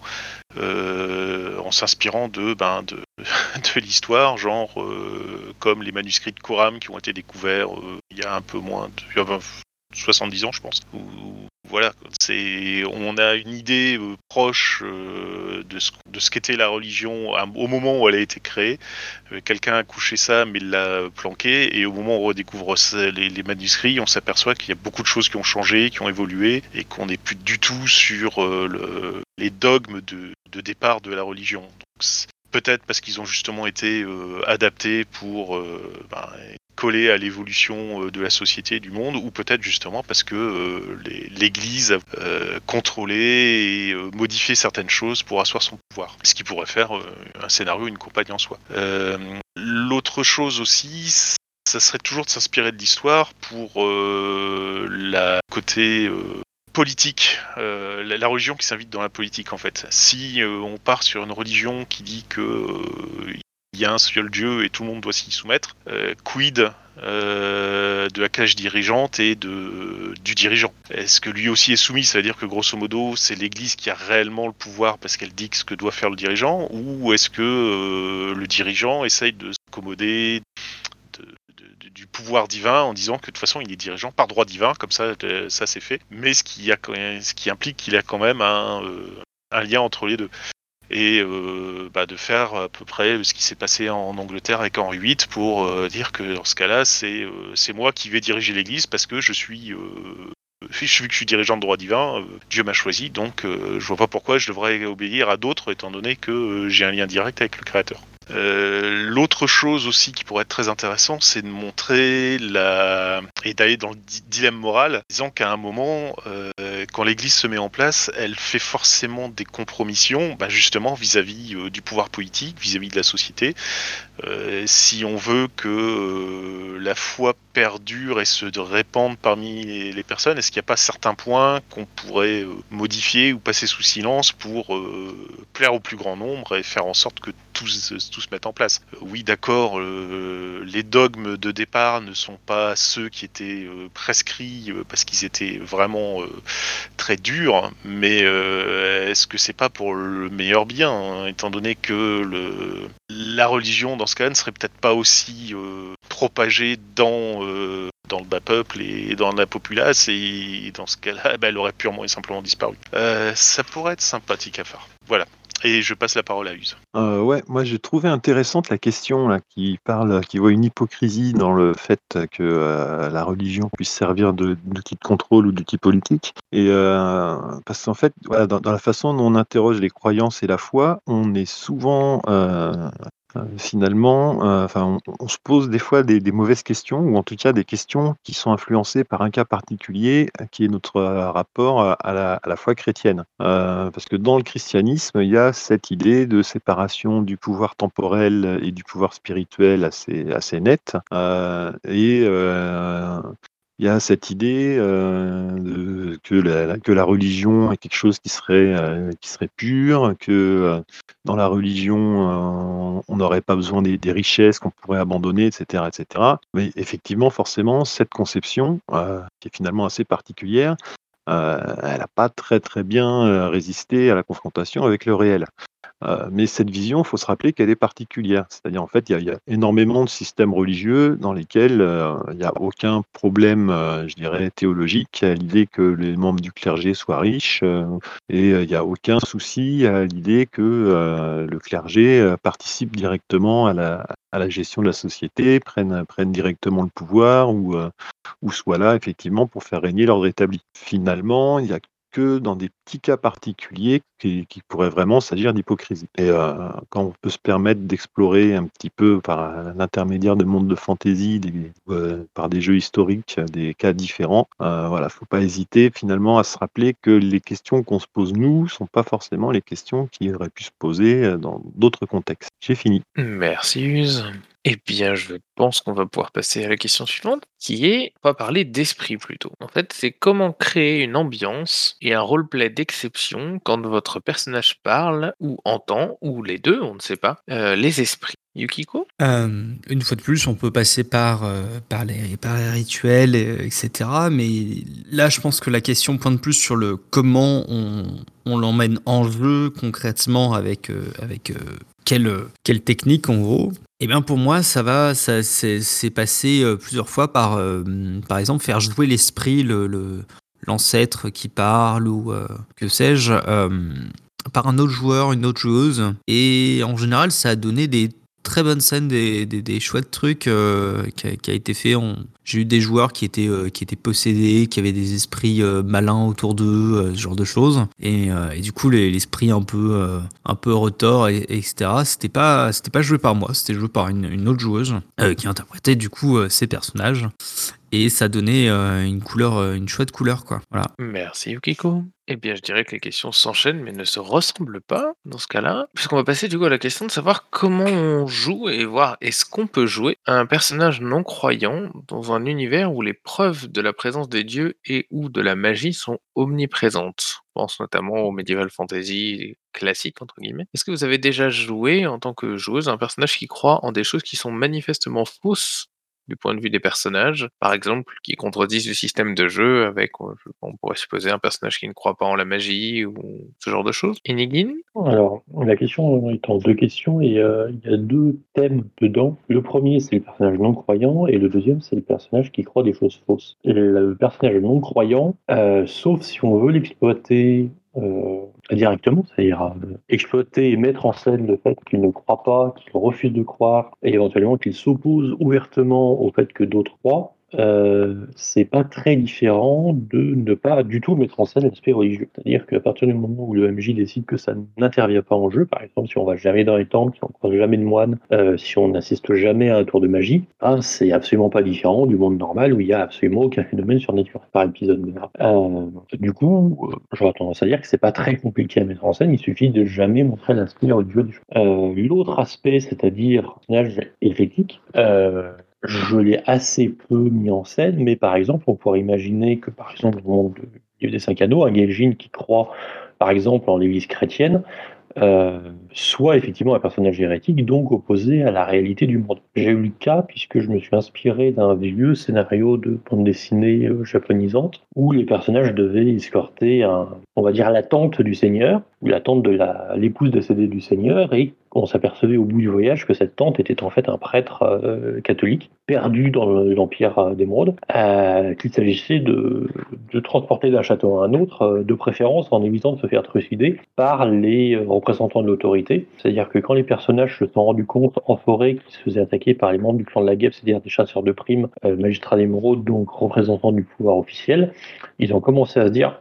euh, en s'inspirant de, ben, de, de l'histoire, genre euh, comme les manuscrits de Qumran qui ont été découverts euh, il y a un peu moins de il y a soixante-dix ans, je pense. Où, voilà, c'est, on a une idée euh, proche euh, de ce, de ce qu'était la religion à, au moment où elle a été créée. Euh, quelqu'un a couché ça, mais il l'a planqué, et au moment où on redécouvre ça, les, les manuscrits, on s'aperçoit qu'il y a beaucoup de choses qui ont changé, qui ont évolué, et qu'on n'est plus du tout sur euh, le, les dogmes de, de départ de la religion. Donc, peut-être parce qu'ils ont justement été euh, adaptés pour euh, ben, coller à l'évolution euh, de la société et du monde, ou peut-être justement parce que euh, les, l'Église a euh, contrôlé et euh, modifié certaines choses pour asseoir son pouvoir. Ce qui pourrait faire euh, un scénario, une campagne en soi. Euh, l'autre chose aussi, ça serait toujours de s'inspirer de l'histoire pour euh, la côté... Euh, politique, euh, la, la religion qui s'invite dans la politique en fait. Si euh, on part sur une religion qui dit que euh, il y a un seul Dieu et tout le monde doit s'y soumettre, euh, quid euh, de la classe dirigeante et de, du dirigeant? Est-ce que lui aussi est soumis? Ça veut dire que grosso modo c'est l'Église qui a réellement le pouvoir parce qu'elle dicte ce que doit faire le dirigeant, ou est-ce que euh, le dirigeant essaye de s'accommoder du pouvoir divin en disant que de toute façon il est dirigeant par droit divin, comme ça ça c'est fait, mais ce qui, a, ce qui implique qu'il a quand même un, euh, un lien entre les deux. et euh, bah, de faire à peu près ce qui s'est passé en Angleterre avec Henri huit pour euh, dire que dans ce cas-là, c'est euh, c'est moi qui vais diriger l'Église parce que je suis euh, je suis, que je suis dirigeant de droit divin, euh, Dieu m'a choisi, donc euh, je vois pas pourquoi je devrais obéir à d'autres étant donné que euh, j'ai un lien direct avec le Créateur. Euh, l'autre chose aussi qui pourrait être très intéressant, c'est de montrer la et d'aller dans le di- dilemme moral, disant qu'à un moment, euh, quand l'Église se met en place, elle fait forcément des compromissions, bah, justement vis-à-vis euh, du pouvoir politique, vis-à-vis de la société. Euh, si on veut que euh, la foi perdure et se répande parmi les, les personnes, est-ce qu'il n'y a pas certains points qu'on pourrait euh, modifier ou passer sous silence pour euh, plaire au plus grand nombre et faire en sorte que tout, se- tout se mette en place? Euh, Oui, d'accord, euh, les dogmes de départ ne sont pas ceux qui étaient euh, prescrits euh, parce qu'ils étaient vraiment euh, très durs, mais euh, est-ce que c'est pas pour le meilleur bien, hein, étant donné que le, la religion dans ce cas ne serait peut-être pas aussi euh, propagée dans euh, dans le bas peuple et dans la populace, et dans ce cas-là, bah, elle aurait purement et simplement disparu. Euh, ça pourrait être sympathique à faire. Voilà. Et je passe la parole à Use. Euh, ouais, moi j'ai trouvé intéressante la question là, qui parle, qui voit une hypocrisie dans le fait que euh, la religion puisse servir de- d'outil de contrôle ou d'outil politique. Et euh, parce qu'en fait, voilà, dans, dans la façon dont on interroge les croyances et la foi, on est souvent euh, euh, finalement, euh, enfin, on, on se pose des fois des, des mauvaises questions, ou en tout cas des questions qui sont influencées par un cas particulier, euh, qui est notre euh, rapport à, à la, à la foi chrétienne. Euh, parce que dans le christianisme, il y a cette idée de séparation du pouvoir temporel et du pouvoir spirituel assez, assez nette. Euh, et euh, il y a cette idée euh, de- que, la, que la religion est quelque chose qui serait, euh, qui serait pur, que euh, dans la religion, euh, on n'aurait pas besoin des, des richesses qu'on pourrait abandonner, et cetera, et cetera. Mais effectivement, forcément, cette conception, euh, qui est finalement assez particulière, euh, elle n'a pas très très bien euh, résisté à la confrontation avec le réel. Euh, mais cette vision, il faut se rappeler qu'elle est particulière. C'est-à-dire, en fait, il y, a, il y a énormément de systèmes religieux dans lesquels euh, il n'y a aucun problème, euh, je dirais, théologique à l'idée que les membres du clergé soient riches, euh, et euh, il n'y a aucun souci à l'idée que euh, le clergé euh, participe directement à la, à la gestion de la société, prenne, prenne directement le pouvoir, ou, euh, ou soit là, effectivement, pour faire régner l'ordre établi. Finalement, il y a que dans des petits cas particuliers qui, qui pourrait vraiment s'agir d'hypocrisie. Et euh, quand on peut se permettre d'explorer un petit peu par l'intermédiaire de mondes de fantaisie, des, euh, par des jeux historiques, des cas différents, euh, voilà, faut pas hésiter finalement à se rappeler que les questions qu'on se pose nous sont pas forcément les questions qui auraient pu se poser dans d'autres contextes. J'ai fini. Merci Use. Eh bien, je pense qu'on va pouvoir passer à la question suivante, qui est, on va parler d'esprit plutôt. En fait, c'est comment créer une ambiance et un roleplay d'exception quand votre personnage parle, ou entend, ou les deux, on ne sait pas, euh, les esprits. Yukiko? Euh, une fois de plus, on peut passer par, euh, par, les, par les rituels, euh, et cetera. Mais là, je pense que la question pointe plus sur le comment on, on l'emmène en jeu concrètement avec, euh, avec euh, quelle, quelle technique en gros. Et bien pour moi, ça va, ça c'est, c'est passé euh, plusieurs fois par, euh, par exemple, faire jouer l'esprit, le, le, l'ancêtre qui parle ou euh, que sais-je, euh, par un autre joueur, une autre joueuse. Et en général, ça a donné des très bonne scène, des, des, des chouettes trucs euh, qui, a, qui a été fait. On... J'ai eu des joueurs qui étaient, euh, qui étaient possédés, qui avaient des esprits euh, malins autour d'eux, euh, ce genre de choses. Et, euh, et du coup, les, l'esprit un peu, euh, un peu retors, et, et etc. C'était pas, c'était pas joué par moi, c'était joué par une, une autre joueuse euh, qui interprétait du coup euh, ces personnages. Et ça donnait euh, une couleur, euh, une chouette couleur, quoi. Voilà. Merci Yukiko. Eh bien, je dirais que les questions s'enchaînent mais ne se ressemblent pas dans ce cas-là, puisqu'on va passer du coup à la question de savoir comment on joue et voir est-ce qu'on peut jouer un personnage non croyant dans un univers où les preuves de la présence des dieux et ou de la magie sont omniprésentes. Je pense notamment au medieval fantasy classique entre guillemets. Est-ce que vous avez déjà joué en tant que joueuse un personnage qui croit en des choses qui sont manifestement fausses du point de vue des personnages, par exemple, qui contredisent le système de jeu avec, euh, je- on pourrait supposer un personnage qui ne croit pas en la magie ou ce genre de choses. Inigine? Alors, la question est en deux questions et euh, il y a deux thèmes dedans. Le premier, c'est le personnage non croyant et le deuxième, c'est le personnage qui croit des choses fausses. Et le personnage non croyant, euh, sauf si on veut l'exploiter euh, directement, c'est-à-dire euh, exploiter et mettre en scène le fait qu'il ne croit pas, qu'il refuse de croire, et éventuellement qu'il s'oppose ouvertement au fait que d'autres croient. Euh, c'est pas très différent de ne pas du tout mettre en scène l'aspect religieux. C'est-à-dire qu'à partir du moment où le M J décide que ça n'intervient pas en jeu, par exemple, si on va jamais dans les temples, si on croise jamais de moine, euh, si on n'assiste jamais à un tour de magie, ben, c'est absolument pas différent du monde normal où il y a absolument aucun phénomène surnaturel par épisode. Euh, du coup, euh, j'aurais tendance à dire que c'est pas très compliqué à mettre en scène, il suffit de jamais montrer l'aspect religieux du jeu. Euh, l'autre aspect, c'est-à-dire personnage hérétique, euh, je l'ai assez peu mis en scène, mais par exemple, on pourrait imaginer que, par exemple, dans le monde du livre des Cinq Anneaux, un Gelgin qui croit, par exemple, en l'Église chrétienne, euh, soit effectivement un personnage hérétique, donc opposé à la réalité du monde. J'ai eu le cas, puisque je me suis inspiré d'un vieux scénario de bande dessinée euh, japonisante, où les personnages devaient escorter, un, on va dire, la tante du seigneur, ou la tante de la, l'épouse décédée du seigneur, et on s'apercevait au bout du voyage que cette tante était en fait un prêtre euh, catholique, perdu dans le- l'Empire euh, d'Émeraude, euh, qu'il s'agissait de, de transporter d'un château à un autre, euh, de préférence en évitant de se faire trucider par les euh, représentants de l'autorité. C'est-à-dire que quand les personnages se sont rendus compte en forêt qu'ils se faisaient attaquer par les membres du clan de la Guêpe, c'est-à-dire des chasseurs de primes, euh, magistrats d'Émeraude, donc représentants du pouvoir officiel, ils ont commencé à se dire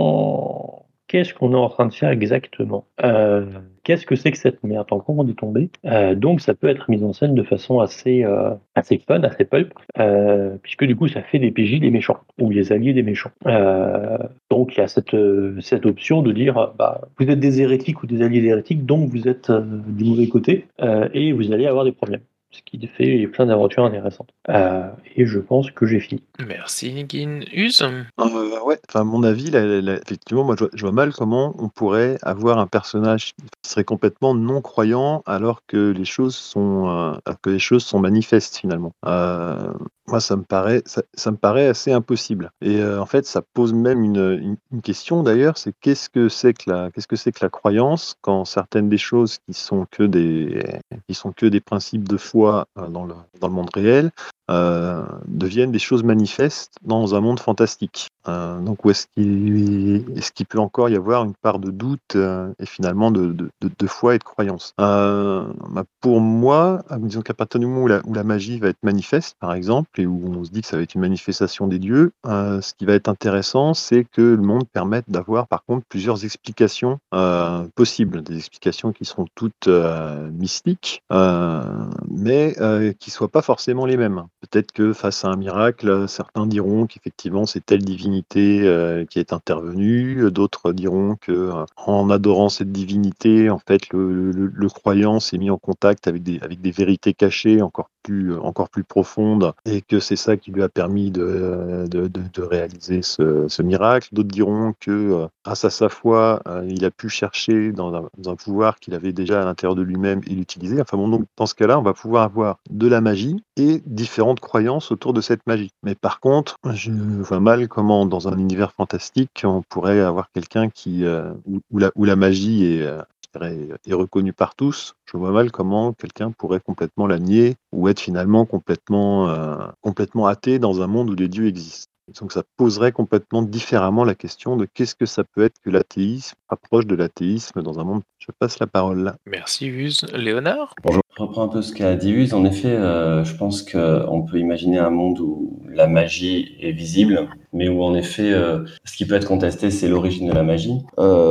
oh, qu'est-ce qu'on est en train de faire exactement euh, Qu'est-ce que c'est que cette merde? En quoi on est tombé? Euh, donc ça peut être mis en scène de façon assez, euh, assez fun, assez pulp, euh, puisque du coup ça fait des P J des méchants, ou les alliés des méchants. Euh, donc il y a cette, euh, cette option de dire, euh, bah, vous êtes des hérétiques ou des alliés d'hérétiques, donc vous êtes euh, du mauvais côté, euh, et vous allez avoir des problèmes. Ce qui fait plein d'aventures intéressantes. Euh, et je pense que j'ai fini. Merci Nigin. Use. Euh, ouais, enfin, à mon avis, là, là, là, effectivement, moi, je vois, je vois mal comment on pourrait avoir un personnage qui serait complètement non croyant alors que les choses sont, euh, alors que les choses sont manifestes finalement. Euh, moi, ça me paraît, ça, ça me paraît assez impossible. Et euh, en fait, ça pose même une, une, une question d'ailleurs, c'est qu'est-ce que c'est que la, qu'est-ce que c'est que la croyance quand certaines des choses qui sont que des, qui sont que des principes de foi euh, dans le, dans le monde réel euh, deviennent des choses manifestes dans un monde fantastique. Euh, donc où est-ce qu'il est-ce qu'il peut encore y avoir une part de doute euh, et finalement de, de, de, de foi et de croyance euh, bah pour moi, disons qu'à partir du moment où la, où la magie va être manifeste, par exemple, et où on se dit que ça va être une manifestation des dieux, euh, ce qui va être intéressant, c'est que le monde permette d'avoir par contre plusieurs explications euh, possibles, des explications qui seront toutes euh, mystiques, euh, mais euh, qui ne soient pas forcément les mêmes. Peut-être que face à un miracle, certains diront qu'effectivement c'est telle divinité euh, qui est intervenue, d'autres diront que euh, en adorant cette divinité, en fait, le, le, le croyant s'est mis en contact avec des, avec des vérités cachées encore plus, encore plus profondes et que c'est ça qui lui a permis de, de, de, de réaliser ce, ce miracle. D'autres diront que euh, grâce à sa foi, euh, il a pu chercher dans un, dans un pouvoir qu'il avait déjà à l'intérieur de lui-même et l'utiliser. Enfin bon, donc dans ce cas-là, on va pouvoir avoir de la magie et différentes croyances autour de cette magie. Mais par contre, je vois mal comment, dans un univers fantastique, on pourrait avoir quelqu'un qui euh, où, où, la, où la magie est, euh, je dirais, est reconnue par tous. Je vois mal comment quelqu'un pourrait complètement la nier ou être finalement complètement, euh, complètement athée dans un monde où les dieux existent. Donc ça poserait complètement différemment la question de qu'est-ce que ça peut être que l'athéisme, approche de l'athéisme dans un monde. Je passe la parole là. Merci Use. Léonard. Bonjour. Je reprends un peu ce qu'a dit Use. En effet, euh, je pense qu'on peut imaginer un monde où la magie est visible, mais où en effet, euh, ce qui peut être contesté, c'est l'origine de la magie,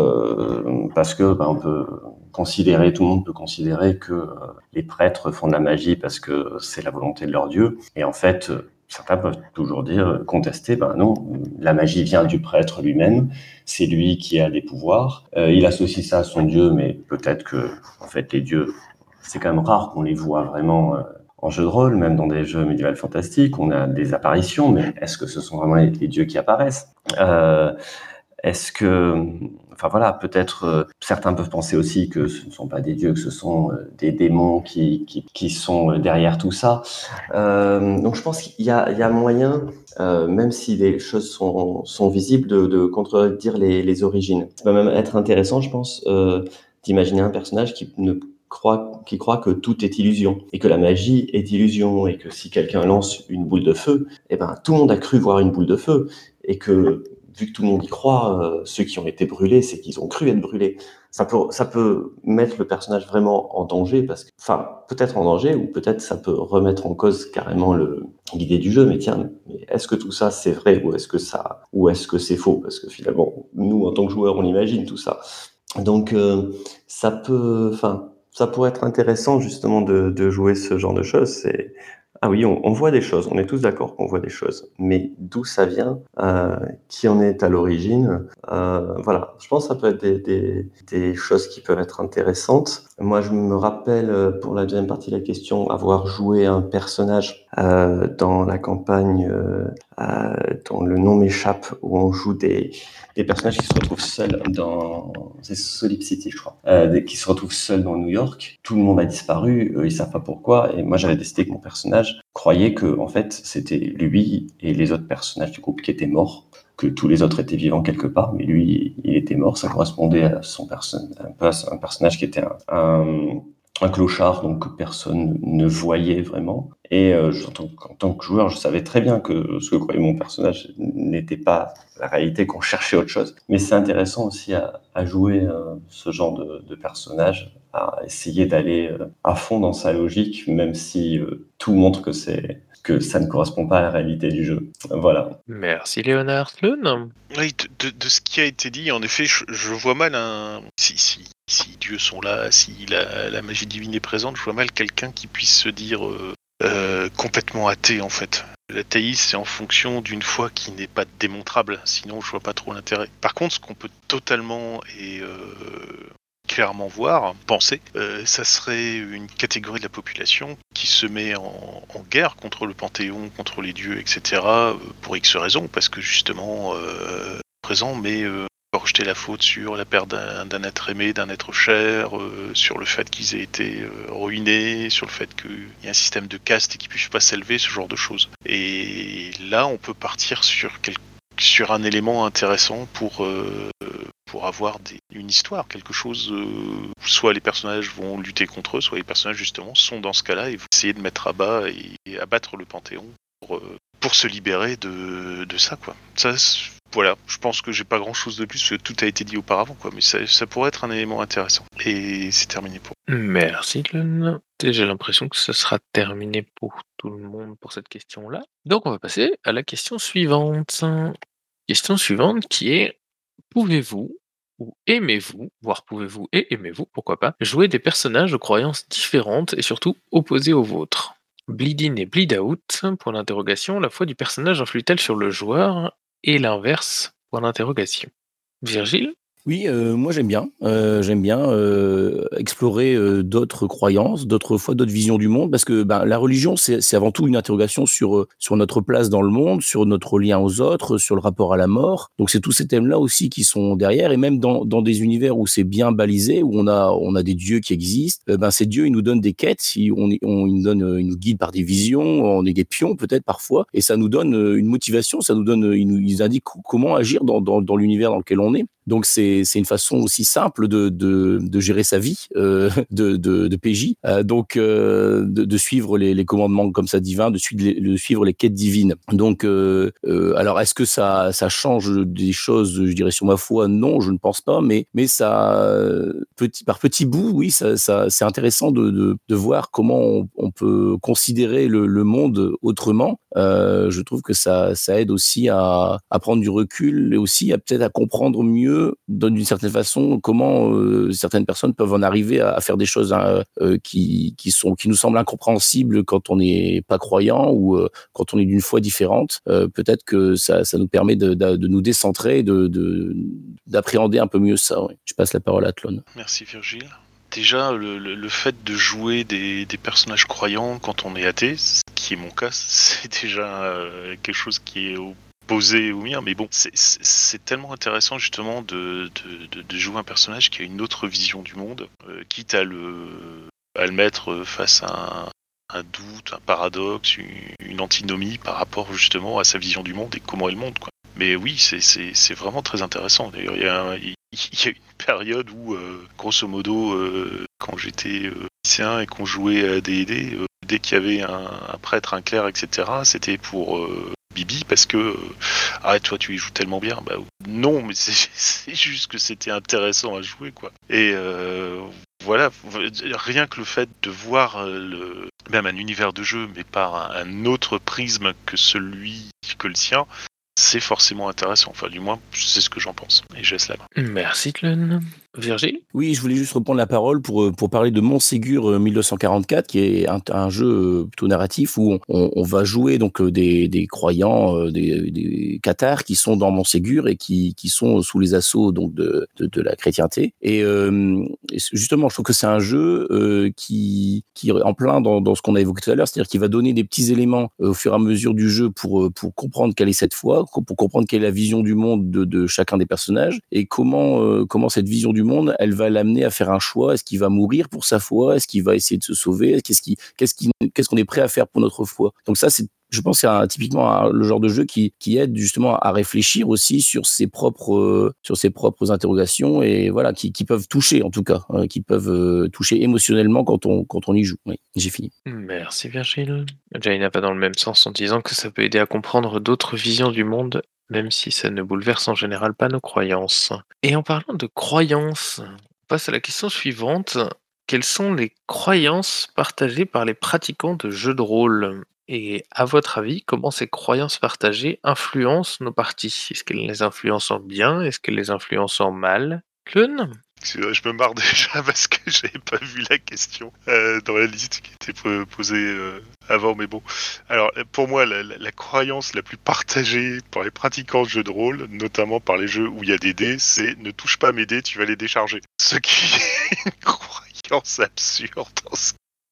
euh, parce que bah, on peut considérer, tout le monde peut considérer que euh, les prêtres font de la magie parce que c'est la volonté de leur dieu, et en fait. Certains peuvent toujours dire, contester, ben non, la magie vient du prêtre lui-même, c'est lui qui a des pouvoirs, euh, il associe ça à son dieu, mais peut-être que, en fait, les dieux, c'est quand même rare qu'on les voit vraiment euh, en jeu de rôle, même dans des jeux médiévaux fantastiques, on a des apparitions, mais est-ce que ce sont vraiment les, les dieux qui apparaissent euh, Est-ce que, enfin voilà, peut-être euh, certains peuvent penser aussi que ce ne sont pas des dieux, que ce sont euh, des démons qui, qui, qui sont euh, derrière tout ça. Euh, donc je pense qu'il y a, il y a moyen, euh, même si les choses sont, sont visibles, de, de contredire les, les origines. Ça va même être intéressant, je pense, euh, d'imaginer un personnage qui ne croit, qui croit que tout est illusion et que la magie est illusion et que si quelqu'un lance une boule de feu, eh ben tout le monde a cru voir une boule de feu et que vu que tout le monde y croit, euh, ceux qui ont été brûlés, c'est qu'ils ont cru être brûlés. Ça peut, ça peut mettre le personnage vraiment en danger, parce que, enfin, peut-être en danger, ou peut-être ça peut remettre en cause carrément le, l'idée du jeu. Mais tiens, mais est-ce que tout ça c'est vrai, ou est-ce que ça, ou est-ce que c'est faux? Parce que finalement, nous en tant que joueurs, on imagine tout ça. Donc, euh, ça peut, enfin, ça pourrait être intéressant justement de, de jouer ce genre de choses. C'est ah oui, on, on voit des choses, on est tous d'accord qu'on voit des choses, mais d'où ça vient, euh, qui en est à l'origine, euh, voilà, je pense que ça peut être des, des, des choses qui peuvent être intéressantes. Moi, je me rappelle, euh, pour la deuxième partie de la question, avoir joué un personnage euh, dans la campagne euh, euh, dont le nom m'échappe, où on joue des, des personnages qui se retrouvent seuls dans... C'est Solid City, je crois. Euh, des, qui se retrouvent seuls dans New York. Tout le monde a disparu, eux, ils savent pas pourquoi. Et moi, j'avais décidé que mon personnage croyait que, en fait, c'était lui et les autres personnages du groupe qui étaient morts, que tous les autres étaient vivants quelque part, mais lui, il était mort. Ça correspondait à son personne, un peu à un personnage qui était un, un, un clochard, donc que personne ne voyait vraiment. Et euh, je, en, tant, en tant que joueur, je savais très bien que ce que croyait mon personnage n'était pas la réalité, qu'on cherchait autre chose. Mais c'est intéressant aussi à, à jouer euh, ce genre de, de personnage, à essayer d'aller euh, à fond dans sa logique, même si euh, tout montre que c'est que ça ne correspond pas à la réalité du jeu. Voilà. Merci Léonard Sloan. Oui, de, de, de ce qui a été dit, en effet, je, je vois mal un... Si, si, si dieux sont là, si la, la magie divine est présente, je vois mal quelqu'un qui puisse se dire euh, euh, complètement athée, en fait. L'athéisme, c'est en fonction d'une foi qui n'est pas démontrable, sinon je vois pas trop l'intérêt. Par contre, ce qu'on peut totalement et euh, clairement voir, penser, euh, ça serait une catégorie de la population qui se met en, en guerre contre le Panthéon, contre les dieux, et cetera, euh, pour X raisons, parce que justement, euh, présent, mais euh, rejeter la faute sur la perte d'un, d'un être aimé, d'un être cher, euh, sur le fait qu'ils aient été euh, ruinés, sur le fait qu'il y a un système de caste et qu'ils ne puissent pas s'élever, ce genre de choses. Et là, on peut partir sur, quel... sur un élément intéressant pour, euh, pour avoir des... une histoire, quelque chose euh, où soit les personnages vont lutter contre eux, soit les personnages justement sont dans ce cas-là et vont essayer de mettre à bas et, et abattre le Panthéon pour, euh, pour se libérer de, de ça, quoi. Ça, voilà, je pense que j'ai pas grand chose de plus, parce que tout a été dit auparavant, quoi, mais ça, ça pourrait être un élément intéressant. Et c'est terminé pour. Merci Lon. J'ai l'impression que ce sera terminé pour tout le monde pour cette question-là. Donc on va passer à la question suivante. Question suivante qui est: pouvez-vous ou aimez-vous, voire pouvez-vous et aimez-vous, pourquoi pas, jouer des personnages aux croyances différentes et surtout opposées aux vôtres? Bleed in et bleed out, pour l'interrogation, la foi du personnage influe-t-elle sur le joueur, et l'inverse, pour l'interrogation. Virgile? Oui, euh, moi j'aime bien. Euh, j'aime bien euh, explorer euh, d'autres croyances, d'autres fois, d'autres visions du monde, parce que ben, la religion, c'est, c'est avant tout une interrogation sur, euh, sur notre place dans le monde, sur notre lien aux autres, sur le rapport à la mort. Donc c'est tous ces thèmes-là aussi qui sont derrière, et même dans, dans des univers où c'est bien balisé, où on a, on a des dieux qui existent, euh, ben, ces dieux, ils nous donnent des quêtes, ils, on, on, ils, nous donnent, ils nous guident par des visions, on est des pions peut-être parfois, et ça nous donne une motivation, ça nous donne, ils nous ils indiquent comment agir dans, dans, dans l'univers dans lequel on est. Donc c'est c'est une façon aussi simple de de, de gérer sa vie euh, de, de de P J. Euh, donc euh, de, de suivre les, les commandements comme ça divins, de suivre les, de suivre les quêtes divines. Donc euh, euh, alors est-ce que ça ça change des choses, je dirais, sur ma foi? Non, je ne pense pas. Mais mais ça petit par petits bouts, oui, ça ça c'est intéressant de de de voir comment on, on peut considérer le le monde autrement. Euh, je trouve que ça ça aide aussi à à prendre du recul et aussi à peut-être à comprendre mieux d'une certaine façon comment euh, certaines personnes peuvent en arriver à, à faire des choses hein, euh, qui qui sont qui nous semblent incompréhensibles quand on n'est pas croyant ou euh, quand on est d'une foi différente. Euh, peut-être que ça ça nous permet de de, de nous décentrer, de, de d'appréhender un peu mieux ça. Ouais. Je passe la parole à Tlon. Merci Virgile. Déjà, le, le, le fait de jouer des, des personnages croyants quand on est athée, ce qui est mon cas, c'est déjà euh, quelque chose qui est au posé au mien, mais bon, c'est, c'est, c'est tellement intéressant justement de, de, de, de jouer un personnage qui a une autre vision du monde, euh, quitte à le, à le mettre face à un, un doute, un paradoxe, une, une antinomie par rapport justement à sa vision du monde et comment elle monte, quoi. Mais oui, c'est, c'est, c'est vraiment très intéressant. D'ailleurs, il y a, un, il y a une période où, euh, grosso modo, euh, quand j'étais euh, lycéen et qu'on jouait à D et D, euh, dès qu'il y avait un, un prêtre, un clerc, et cetera, c'était pour... Euh, Bibi parce que euh, arrête, toi tu y joues tellement bien. Bah non, mais c'est, c'est juste que c'était intéressant à jouer, quoi. Et euh, voilà, rien que le fait de voir le, même un univers de jeu, mais par un autre prisme que celui que le sien, c'est forcément intéressant. Enfin, du moins, c'est ce que j'en pense. Et je laisse la main. Merci, Tlun. Virgile? Oui, je voulais juste reprendre la parole pour, euh, pour parler de Montségur euh, mille deux cent quarante-quatre, qui est un, un jeu euh, plutôt narratif où on, on, on va jouer donc euh, des, des croyants, euh, des, des cathares qui sont dans Montségur et qui, qui sont sous les assauts donc de, de, de la chrétienté. Et, euh, et justement, je trouve que c'est un jeu euh, qui, qui est en plein dans, dans ce qu'on a évoqué tout à l'heure, c'est-à-dire qu'il va donner des petits éléments euh, au fur et à mesure du jeu pour, pour comprendre quelle est cette foi, pour comprendre quelle est la vision du monde de, de chacun des personnages et comment, euh, comment cette vision du monde, elle va l'amener à faire un choix. Est-ce qu'il va mourir pour sa foi? Est-ce qu'il va essayer de se sauver? Qu'est-ce qui, qu'est-ce qui, qu'est-ce qu'on est prêt à faire pour notre foi? Donc ça, c'est, je pense, c'est un, typiquement un, le genre de jeu qui, qui aide justement à réfléchir aussi sur ses propres, euh, sur ses propres interrogations et voilà, qui, qui peuvent toucher en tout cas, euh, qui peuvent euh, toucher émotionnellement quand on, quand on y joue. Oui, j'ai fini. Merci Virgile. Jaina va dans le même sens en disant que ça peut aider à comprendre d'autres visions du monde, même si ça ne bouleverse en général pas nos croyances. Et en parlant de croyances, on passe à la question suivante. Quelles sont les croyances partagées par les pratiquants de jeux de rôle? Et à votre avis, comment ces croyances partagées influencent nos parties? Est-ce qu'elles les influencent en bien? Est-ce qu'elles les influencent en mal? Clun? Je me marre déjà parce que j'avais pas vu la question euh, dans la liste qui était posée euh, avant, mais bon. Alors, pour moi, la, la, la croyance la plus partagée par les pratiquants de jeux de rôle, notamment par les jeux où il y a des dés, c'est ne touche pas mes dés, tu vas les décharger. Ce qui est une croyance absurde en ce,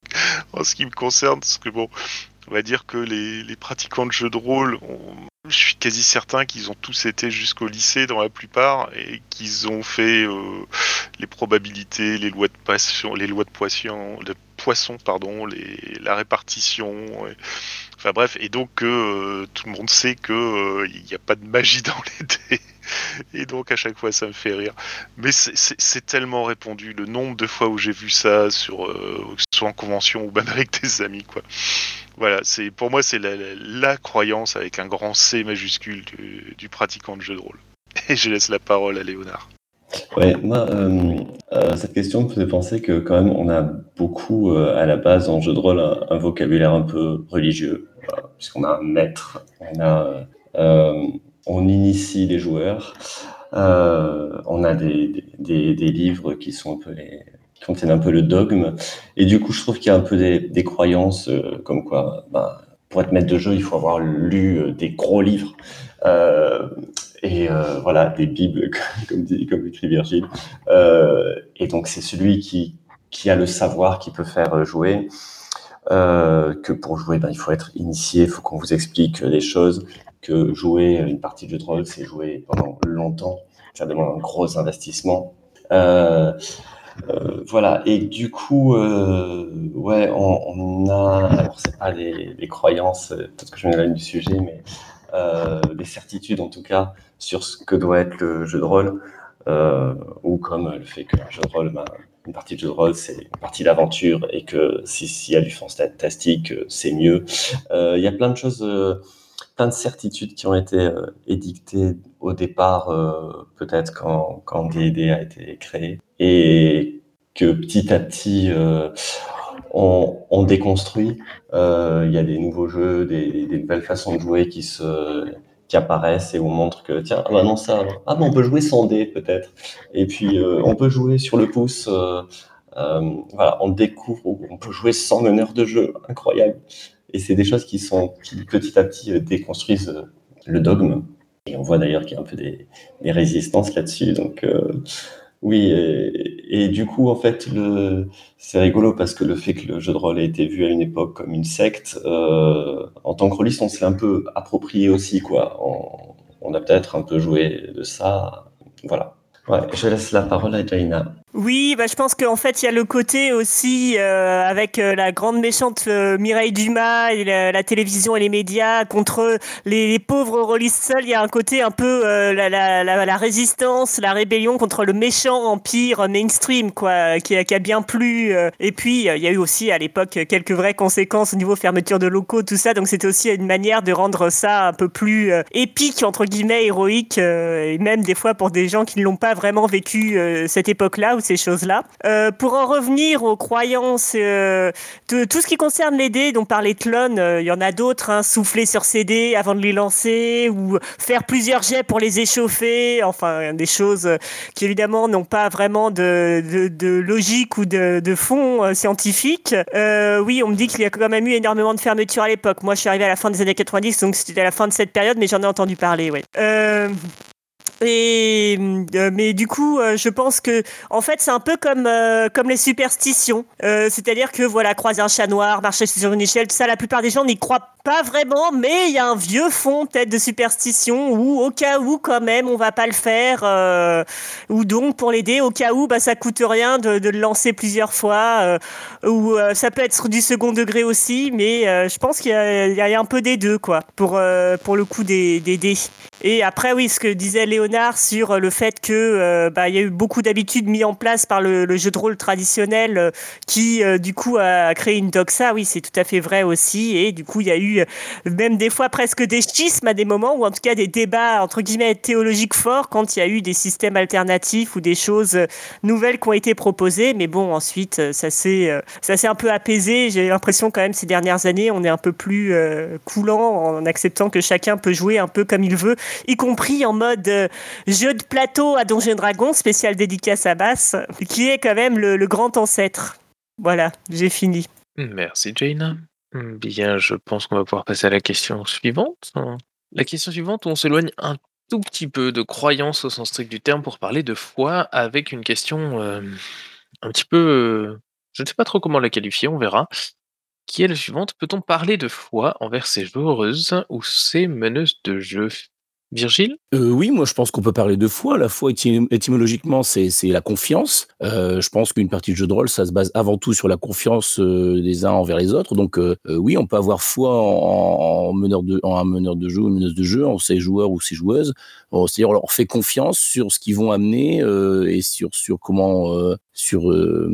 en ce qui me concerne, parce que bon, on va dire que les, les pratiquants de jeux de rôle, on, je suis quasi certain qu'ils ont tous été jusqu'au lycée dans la plupart et qu'ils ont fait euh, les probabilités, les lois de poisson, les lois de poisson, de poisson pardon, les, la répartition. Et, enfin bref, et donc euh, tout le monde sait que euh, il n'y a pas de magie dans les dés. Et donc à chaque fois ça me fait rire. Mais c'est, c'est, c'est tellement répandu, le nombre de fois où j'ai vu ça, sur, euh, que ce soit en convention ou même avec des amis, quoi. Voilà, c'est, pour moi c'est la, la, la croyance avec un grand C majuscule du, du pratiquant de jeu de rôle. Et je laisse la parole à Léonard. Ouais, moi, euh, euh, cette question me faisait penser que quand même on a beaucoup euh, à la base en jeu de rôle un, un vocabulaire un peu religieux, euh, puisqu'on a un maître, on a, euh, on initie les joueurs, euh, on a des, des, des, des livres qui sont un peu les, qui contiennent un peu le dogme, et du coup je trouve qu'il y a un peu des, des croyances euh, comme quoi, ben, pour être maître de jeu il faut avoir lu euh, des gros livres. Euh, Et euh, voilà, des bibles, comme dit, comme écrit Virgile. Euh, et donc c'est celui qui qui a le savoir, qui peut faire jouer. Euh, que pour jouer, ben il faut être initié, il faut qu'on vous explique les choses. Que jouer une partie de jeu de rôle, c'est jouer pendant longtemps. Ça demande un gros investissement. Euh, euh, voilà. Et du coup, euh, ouais, on, on a. Alors c'est pas les, les croyances. Peut-être que je m'éloigne du sujet, mais euh, des certitudes en tout cas sur ce que doit être le jeu de rôle, euh, ou comme le fait que le jeu de rôle, ben, une partie de jeu de rôle c'est une partie d'aventure et que si s'il y a du fantastique c'est mieux. Il euh, y a plein de choses, euh, plein de certitudes qui ont été euh, édictées au départ, euh, peut-être quand, quand D and D a été créé, et que petit à petit euh, on, on déconstruit. Il euh, y a des nouveaux jeux, des, des nouvelles façons de jouer qui se qui apparaissent et on montre que tiens, ah bah non ça, ah bah on peut jouer sans dés peut-être, et puis euh, on peut jouer sur le pouce. Euh, euh, voilà, on découvre, on peut jouer sans meneur de jeu, incroyable. Et c'est des choses qui sont qui petit à petit euh, déconstruisent euh, le dogme. Et on voit d'ailleurs qu'il y a un peu des, des résistances là-dessus. Donc euh, oui, et, et du coup, en fait, le, c'est rigolo parce que le fait que le jeu de rôle ait été vu à une époque comme une secte, euh, en tant que rôliste, on se l'est un peu approprié aussi, quoi. On, on a peut-être un peu joué de ça. Voilà. Ouais, je laisse la parole à Jaina. Oui, bah, je pense qu'en fait, il y a le côté aussi euh, avec euh, la grande méchante euh, Mireille Dumas et la, la télévision et les médias contre les, les pauvres rôlistes seuls. Il y a un côté un peu euh, la, la, la, la résistance, la rébellion contre le méchant empire mainstream, quoi, qui, a- qui a bien plu. euh. Et puis, euh, il y a eu aussi à l'époque quelques vraies conséquences au niveau fermeture de locaux, tout ça. Donc, c'était aussi une manière de rendre ça un peu plus euh, épique, entre guillemets, héroïque, euh, et même des fois pour des gens qui ne l'ont pas vraiment vécu euh, cette époque-là ou ces choses-là. Euh, pour en revenir aux croyances, euh, de tout ce qui concerne les dés dont parlait Tlon, euh, il y en a d'autres, hein, souffler sur ses dés avant de les lancer ou faire plusieurs jets pour les échauffer, enfin des choses euh, qui évidemment n'ont pas vraiment de, de, de logique ou de, de fond euh, scientifique. Euh, oui, on me dit qu'il y a quand même eu énormément de fermetures à l'époque. Moi, je suis arrivé à la fin des années quatre-vingt-dix, donc c'était à la fin de cette période, mais j'en ai entendu parler, ouais. Euh, Et euh, mais du coup, euh, je pense que en fait, c'est un peu comme euh, comme les superstitions. Euh, c'est-à-dire que voilà, croiser un chat noir, marcher sur une échelle, tout ça, la plupart des gens n'y croient pas vraiment, mais il y a un vieux fond peut-être de superstition où au cas où quand même, on va pas le faire. Euh, ou donc pour l'aider, au cas où, bah ça coûte rien de, de le lancer plusieurs fois. Euh, ou euh, ça peut être du second degré aussi, mais euh, je pense qu'il y a, il y a un peu des deux quoi. Pour euh, pour le coup des des dés. Et après, oui, ce que disait Léonard sur le fait que euh, bah, il y a eu beaucoup d'habitudes mises en place par le, le jeu de rôle traditionnel euh, qui, euh, du coup, a créé une doxa. Oui, c'est tout à fait vrai aussi. Et du coup, il y a eu euh, même des fois presque des schismes à des moments, ou en tout cas des débats, entre guillemets, théologiques forts quand il y a eu des systèmes alternatifs ou des choses euh, nouvelles qui ont été proposées. Mais bon, ensuite, euh, ça s'est, euh, ça s'est un peu apaisé. J'ai l'impression quand même ces dernières années, on est un peu plus euh, coulant en acceptant que chacun peut jouer un peu comme il veut, y compris en mode euh, jeu de plateau à Donjons et Dragons, spécial dédicace à Bass, qui est quand même le, le grand ancêtre. Voilà, j'ai fini. Merci Jaina. Bien, je pense qu'on va pouvoir passer à la question suivante. La question suivante, on s'éloigne un tout petit peu de croyance au sens strict du terme pour parler de foi avec une question euh, un petit peu... euh, je ne sais pas trop comment la qualifier, on verra. Qui est la suivante. Peut-on parler de foi envers ces joueuses ou ces meneuses de jeu? Virgile? Euh, oui, moi je pense qu'on peut parler de foi. La foi, étym- étymologiquement, c'est c'est la confiance. Euh, je pense qu'une partie de jeu de rôle, ça se base avant tout sur la confiance euh, des uns envers les autres. Donc euh, euh, oui, on peut avoir foi en, en meneur de, en un meneur de jeu ou une meneuse de jeu, en ses joueurs ou ses joueuses. Bon, c'est-à-dire on leur fait confiance sur ce qu'ils vont amener euh, et sur sur comment euh, sur euh,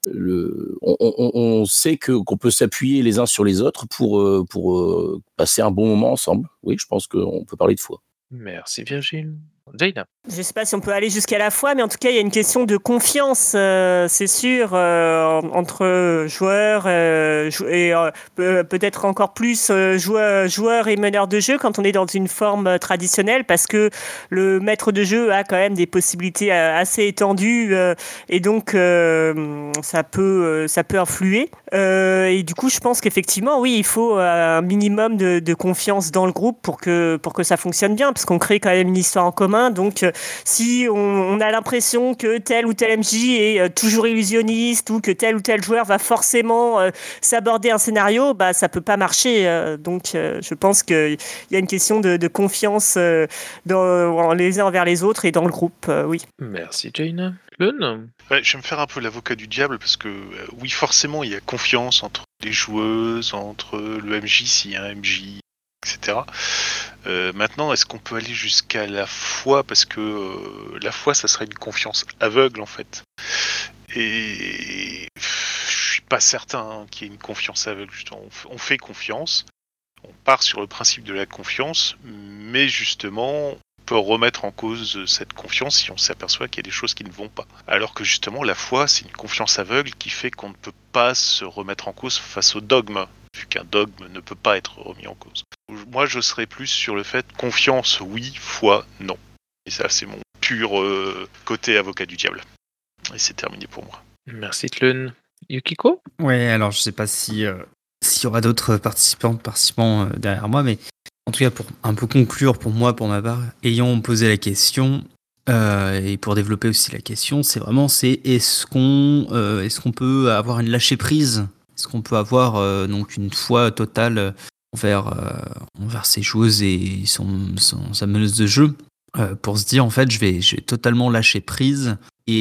le. On, on, on sait que qu'on peut s'appuyer les uns sur les autres pour euh, pour euh, passer un bon moment ensemble. Oui, je pense qu'on peut parler de foi. Merci Virgile. Jaina? Je ne sais pas si on peut aller jusqu'à la foi, mais en tout cas, il y a une question de confiance, euh, c'est sûr, euh, entre joueurs euh, jou- et euh, pe- peut-être encore plus euh, joueurs, joueurs et meneurs de jeu quand on est dans une forme euh, traditionnelle, parce que le maître de jeu a quand même des possibilités euh, assez étendues euh, et donc euh, ça peut euh, ça peut influer. Euh, et du coup, je pense qu'effectivement, oui, il faut euh, un minimum de, de confiance dans le groupe pour que pour que ça fonctionne bien, parce qu'on crée quand même une histoire en commun. Donc, euh, si on, on a l'impression que tel ou tel M J est euh, toujours illusionniste ou que tel ou tel joueur va forcément euh, s'aborder un scénario, bah ça peut pas marcher. euh, donc, euh, je pense qu'il y a une question de, de confiance euh, dans, les uns envers les autres et dans le groupe. euh, oui. Merci Jaina. Lune? Ouais, je vais me faire un peu l'avocat du diable parce que euh, oui, forcément, il y a confiance entre les joueuses, entre le M J s'il y a un M J, et cetera. Euh, maintenant, est-ce qu'on peut aller jusqu'à la foi? Parce que euh, la foi, ça serait une confiance aveugle en fait. Et pff, je suis pas certain hein, qu'il y ait une confiance aveugle. Justement. On, f- on fait confiance, on part sur le principe de la confiance, mais justement, on peut remettre en cause cette confiance si on s'aperçoit qu'il y a des choses qui ne vont pas. Alors que justement, la foi, c'est une confiance aveugle qui fait qu'on ne peut pas se remettre en cause face au dogme, vu qu'un dogme ne peut pas être remis en cause. Moi, je serais plus sur le fait confiance, oui, foi, non. Et ça, c'est mon pur euh, côté avocat du diable. Et c'est terminé pour moi. Merci Tlun. Yukiko? Ouais, alors je sais pas si euh, s'il y aura d'autres participantes, participants euh, derrière moi, mais en tout cas pour un peu conclure pour moi, pour ma part, ayant posé la question euh, et pour développer aussi la question, c'est vraiment c'est est-ce qu'on euh, est-ce qu'on peut avoir une lâcher prise, est-ce qu'on peut avoir euh, donc une foi totale envers euh, envers ses joueuses et son, son sa meneuse de jeu euh, pour se dire en fait je vais je vais totalement lâcher prise et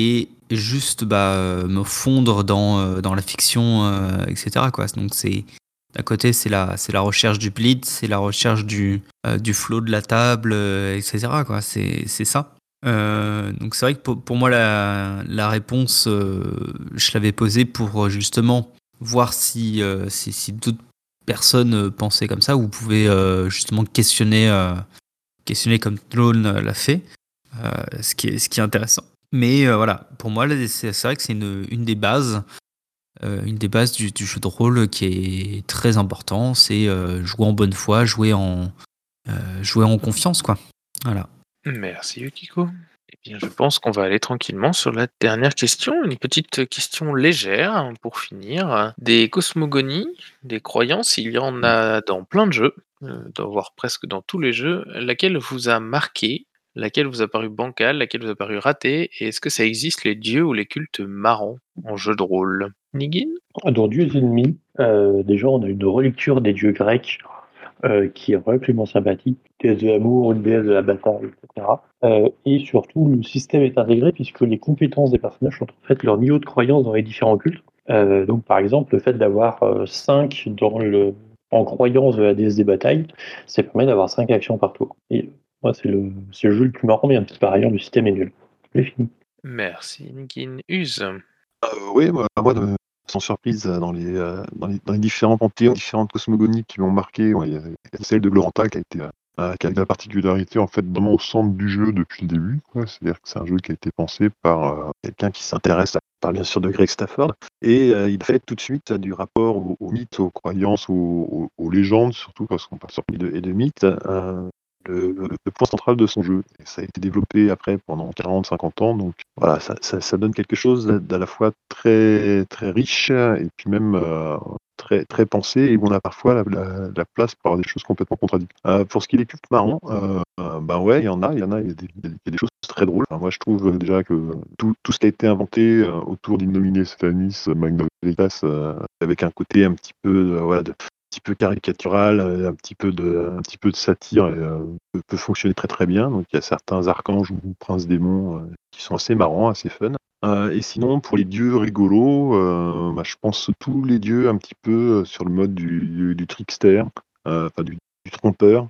et juste bah, euh, me fondre dans, euh, dans la fiction, euh, et cetera quoi. Donc c'est d'un côté c'est la c'est la recherche du blitz, c'est la recherche du euh, du flow de la table, euh, et cetera quoi. C'est c'est ça. Euh, donc c'est vrai que pour, pour moi la la réponse, euh, je l'avais posée pour euh, justement voir si euh, si, si d'autres personnes euh, pensaient comme ça ou pouvaient euh, justement questionner euh, questionner comme Tlone euh, l'a fait, euh, ce qui est ce qui est intéressant. Mais euh, voilà, pour moi, là, c'est c'est vrai que c'est une, une des bases, euh, une des bases du, du jeu de rôle qui est très important. C'est euh, jouer en bonne foi, jouer en, euh, jouer en confiance, quoi. Voilà. Merci Yukiko. Eh bien, je pense qu'on va aller tranquillement sur la dernière question, une petite question légère hein, pour finir. Des cosmogonies, des croyances, il y en a dans plein de jeux, euh, voire presque dans tous les jeux. Laquelle vous a marqué, laquelle vous a paru bancale, laquelle vous a paru ratée, et est-ce que ça existe les dieux ou les cultes marrants en jeu de rôle? Nigin? Dans Dieux ennemis, euh, déjà, on a une relecture des dieux grecs euh, qui est relativement sympathique. Une déesse de l'amour, une déesse de la bataille, et cetera. Euh, et surtout, le système est intégré puisque les compétences des personnages sont en fait leur niveau de croyance dans les différents cultes. Euh, donc, par exemple, le fait d'avoir euh, cinq dans le, en croyance de la déesse des batailles, ça permet d'avoir cinq actions par tour. Et moi, c'est le, c'est le jeu le plus marrant, mais par ailleurs, le système est nul. J'ai fini. Merci Nigin. Use. Euh, oui, moi, moi de, sans surprise, euh, dans les, euh, dans les, dans les différents panthéons, différentes cosmogonies qui m'ont marqué, ouais, il y a, il y a celle de Gloranta qui a été euh, qui a la particularité en fait vraiment au centre du jeu depuis le début. quoi. C'est-à-dire que c'est un jeu qui a été pensé par euh, quelqu'un qui s'intéresse à parle bien sûr de Greg Stafford et euh, il fait tout de suite euh, du rapport aux, aux mythes, aux croyances, aux, aux- aux légendes surtout parce qu'on parle sur mythes et de mythes. euh, le, le- le point central de son jeu. Et ça a été développé après pendant quarante cinquante ans. Donc voilà, ça, ça- ça donne quelque chose d'à la fois très, très riche et puis même euh, très, très pensé. Et où on a parfois la, la- la place pour avoir des choses complètement contradictoires. Euh, pour ce qui est des cultes marrants, euh, euh, ben ouais, il y en a, il y en a, il y a des, il y a des- il y a des choses très drôles. Enfin, moi, je trouve euh, déjà que tout, tout ce qui a été inventé euh, autour d'Innominé Satanis, Magna Veritas, euh, avec un côté un petit peu euh, voilà, de, petit peu caricatural, euh, un petit peu de, un petit peu de satire, et, euh, peut, peut fonctionner très très bien. Donc il y a certains archanges ou princes démons euh, qui sont assez marrants, assez fun. Euh, et sinon, pour les dieux rigolos, euh, bah, je pense tous les dieux un petit peu euh, sur le mode du, du, du trickster, euh, enfin du, du trompeur.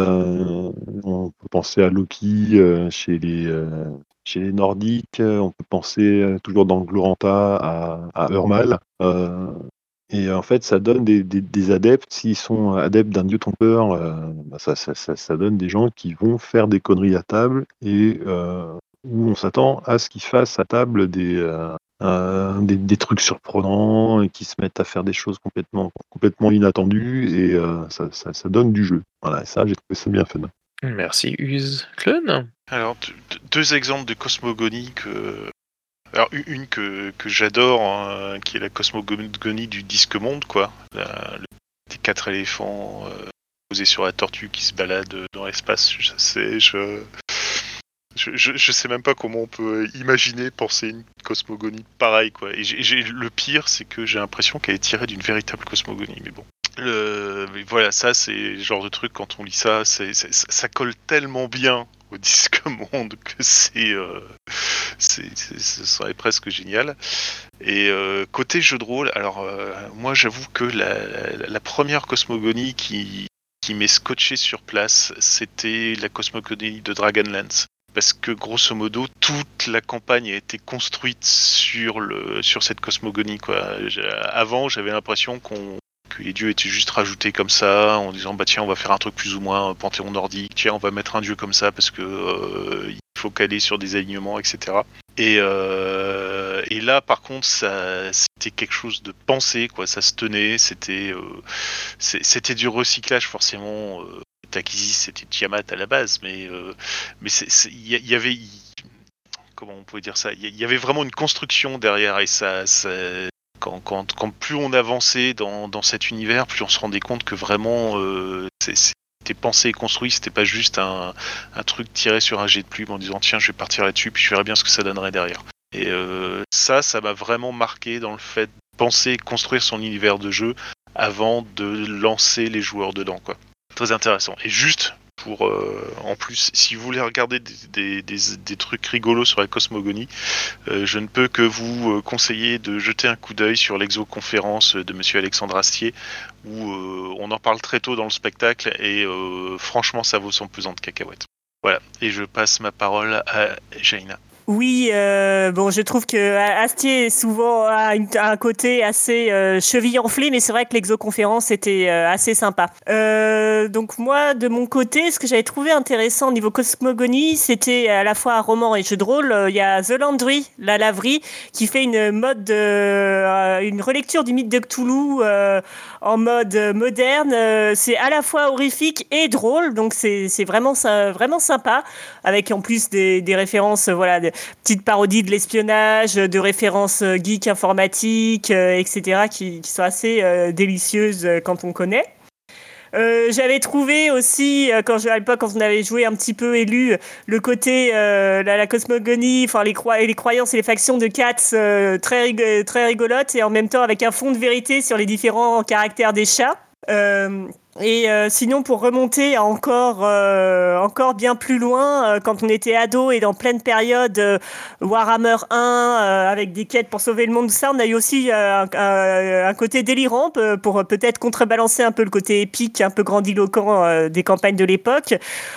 Euh, on peut penser à Loki euh, chez les euh, chez les Nordiques. euh, On peut penser euh, toujours dans Gloranta à, à Urmal. Euh, et en fait, ça donne des, des- des adeptes, s'ils sont adeptes d'un dieu trompeur, euh, bah, ça, ça- ça- ça donne des gens qui vont faire des conneries à table et euh, où on s'attend à ce qu'ils fassent à table des, euh, euh, des, des trucs surprenants et qui se mettent à faire des choses complètement, complètement inattendues et euh, ça, ça- ça donne du jeu. Voilà, et ça, j'ai trouvé ça bien fun. Merci Use. Clone? Alors, deux, deux exemples de cosmogonie que. Alors, u- une que, que j'adore, hein, qui est la cosmogonie du disque monde, quoi. La- le- les quatre éléphants euh, posés sur la tortue qui se baladent dans l'espace. Je sais, je, je, je, je sais même pas comment on peut imaginer penser une cosmogonie pareille, quoi. Et j'ai, j'ai- le pire, c'est que j'ai l'impression qu'elle est tirée d'une véritable cosmogonie, mais bon. Le, mais voilà, ça, c'est le genre de truc, quand on lit ça, c'est, c'est- ça ça colle tellement bien au disque monde que c'est, euh, c'est, c'est- ce serait presque génial. Et euh, côté jeu de rôle, alors euh, moi j'avoue que la, la- la première cosmogonie qui, qui m'est scotché sur place, c'était la cosmogonie de Dragonlance. Parce que grosso modo, toute la campagne a été construite sur, le, sur cette cosmogonie, quoi. J'ai- Avant, j'avais l'impression qu'on que les dieux étaient juste rajoutés comme ça, en disant bah tiens on va faire un truc plus ou moins euh, panthéon nordique, tiens on va mettre un dieu comme ça parce que euh, il faut caler sur des alignements, et cetera. Et, euh, et là par contre ça c'était quelque chose de pensé, quoi, ça se tenait, c'était euh, c'est- c'était du recyclage forcément. Euh, Takisis c'était Tiamat à la base, mais euh, mais c'est- c'est- il y, a- il y avait il- comment on pouvait dire ça, il y, a- il y avait vraiment une construction derrière et ça, ça quand, quand, quand plus on avançait dans, dans cet univers, plus on se rendait compte que vraiment euh, c'est- c'était pensé et construit, c'était pas juste un, un truc tiré sur un jet de plume en disant tiens je vais partir là-dessus puis je verrai bien ce que ça donnerait derrière. Et euh, ça, ça m'a vraiment marqué dans le fait de penser et construire son univers de jeu avant de lancer les joueurs dedans, quoi. Très intéressant. Et juste pour euh, en plus, si vous voulez regarder des, des, des, des trucs rigolos sur la cosmogonie, euh, je ne peux que vous euh, conseiller de jeter un coup d'œil sur l'exoconférence de Monsieur Alexandre Astier, où euh, on en parle très tôt dans le spectacle et euh, franchement ça vaut son pesant de cacahuètes. Voilà, et je passe ma parole à Jaina. Oui, euh, bon, je trouve que Astier souvent a, une, a un côté assez euh, cheville enflée, mais c'est vrai que l'exoconférence était euh, assez sympa. Euh, donc moi, de mon côté, ce que j'avais trouvé intéressant au niveau cosmogonie, c'était à la fois un roman et jeu de rôle. Il y a The Landry, la laverie, qui fait une mode, de, euh, une relecture du mythe de Cthulhu euh, en mode moderne. Euh, c'est à la fois horrifique et drôle, donc c'est, c'est vraiment, ça, vraiment sympa, avec en plus des, des références, voilà. Des, petites parodies de l'espionnage, de références geek informatiques, euh, et cetera, qui, qui sont assez euh, délicieuses euh, quand on connaît. Euh, j'avais trouvé aussi, euh, quand je, à l'époque, quand on avait joué un petit peu élu, le côté, euh, la, la cosmogonie, enfin les, croi- les croyances et les factions de Cats euh, très, rig- très rigolotes, et en même temps avec un fond de vérité sur les différents caractères des chats. Euh, et euh, sinon, pour remonter encore, euh, encore bien plus loin, euh, quand on était ado et dans pleine période euh, Warhammer un, euh, avec des quêtes pour sauver le monde, tout ça, on a eu aussi euh, un, un, un côté délirant pour peut-être contrebalancer un peu le côté épique, un peu grandiloquent euh, des campagnes de l'époque,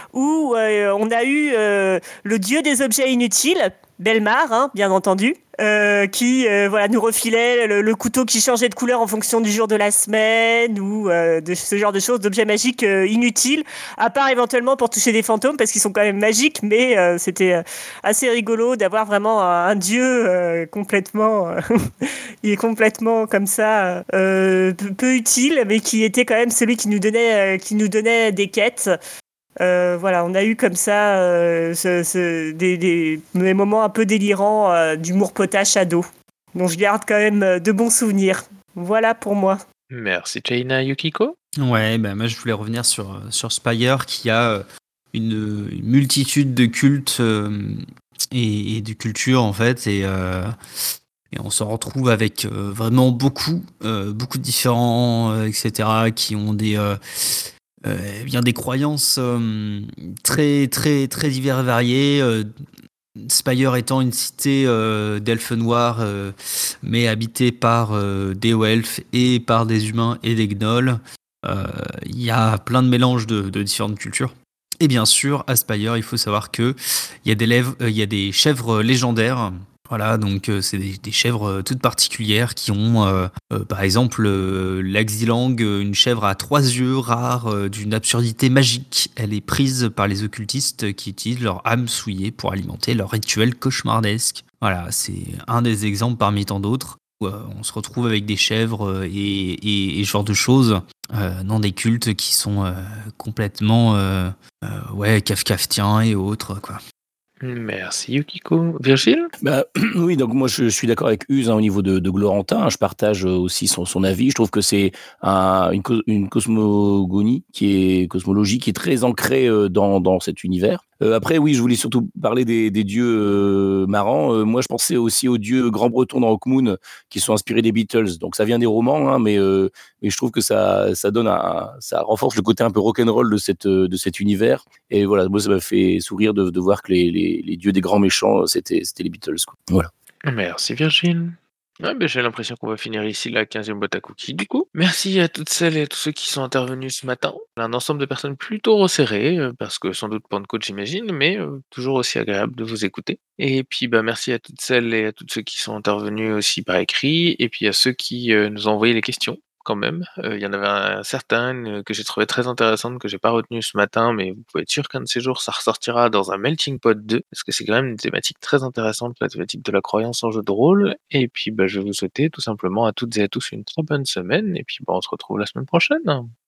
où euh, on a eu euh, le dieu des objets inutiles, Belmar, hein, bien entendu, euh, qui euh, voilà, nous refilait le, le couteau qui changeait de couleur en fonction du jour de la semaine, ou euh, de ce genre de choses, d'objets magiques euh, inutiles, à part éventuellement pour toucher des fantômes, parce qu'ils sont quand même magiques, mais euh, c'était euh, assez rigolo d'avoir vraiment un, un dieu euh, complètement, euh, il est complètement comme ça, euh, peu, peu utile, mais qui était quand même celui qui nous donnait, euh, qui nous donnait des quêtes. Euh, voilà, on a eu comme ça euh, ce, ce, des, des, des moments un peu délirants euh, d'humour potache ado, dont je garde quand même euh, de bons souvenirs. Voilà pour moi. Merci Jaina. Yukiko. Ouais, ben moi je voulais revenir sur, sur Spire qui a une, une multitude de cultes euh, et, et de cultures en fait, et, euh, et on se retrouve avec euh, vraiment beaucoup, euh, beaucoup de différents, euh, et cetera, qui ont des... Euh, Euh, bien des croyances euh, très très très diverses et variées. Euh, Spire étant une cité euh, d'elfes noirs, euh, mais habitée par euh, des hauts elfes et par des humains et des gnolls. Euh, Il y a plein de mélanges de, de différentes cultures. Et bien sûr, à Spire, il faut savoir que il y a des lèvres, euh, il y a des chèvres légendaires. Voilà, donc euh, c'est des, des chèvres euh, toutes particulières qui ont, euh, euh, par exemple, euh, l'Axilang, une chèvre à trois yeux, rare, euh, d'une absurdité magique. Elle est prise par les occultistes qui utilisent leur âme souillée pour alimenter leur rituel cauchemardesque. Voilà, c'est un des exemples parmi tant d'autres. Où, euh, on se retrouve avec des chèvres et, et, et ce genre de choses euh, dans des cultes qui sont euh, complètement euh, euh, ouais, kafkaftien et autres, quoi. Merci Yukiko. Virgile. Bah, oui, donc moi je, je suis d'accord avec Use hein, au niveau de, de Glorentin. Je partage aussi son, son avis. Je trouve que c'est un, une, co- une cosmogonie qui est cosmologie qui est très ancrée euh, dans, dans cet univers. Euh, après, oui, je voulais surtout parler des, des dieux euh, marrants. Euh, moi, je pensais aussi aux dieux grand-bretons dans Hawkmoon qui sont inspirés des Beatles. Donc ça vient des romans, hein, mais euh, mais je trouve que ça ça donne un, ça renforce le côté un peu rock'n'roll de cette de cet univers. Et voilà, moi ça m'a fait sourire de, de voir que les, les, les dieux des grands méchants c'était c'était les Beatles, quoi. Voilà. Merci Virgile. Ouais, ben, j'ai l'impression qu'on va finir ici la quinzième boîte à cookies du coup. Merci à toutes celles et à tous ceux qui sont intervenus ce matin. Un ensemble de personnes plutôt resserrées, euh, parce que sans doute Pentecôte j'imagine, mais euh, toujours aussi agréable de vous écouter. Et puis bah, merci à toutes celles et à tous ceux qui sont intervenus aussi par écrit, et puis à ceux qui euh, nous ont envoyé les questions. Quand même, Euh, il y en avait un, certaines euh, que j'ai trouvé très intéressantes, que j'ai pas retenues ce matin, mais vous pouvez être sûr qu'un de ces jours, ça ressortira dans un Melting Pot deux, parce que c'est quand même une thématique très intéressante, la thématique de la croyance en jeu de rôle. Et puis, bah, je vais vous souhaiter tout simplement à toutes et à tous une très bonne semaine, et puis bah, on se retrouve la semaine prochaine.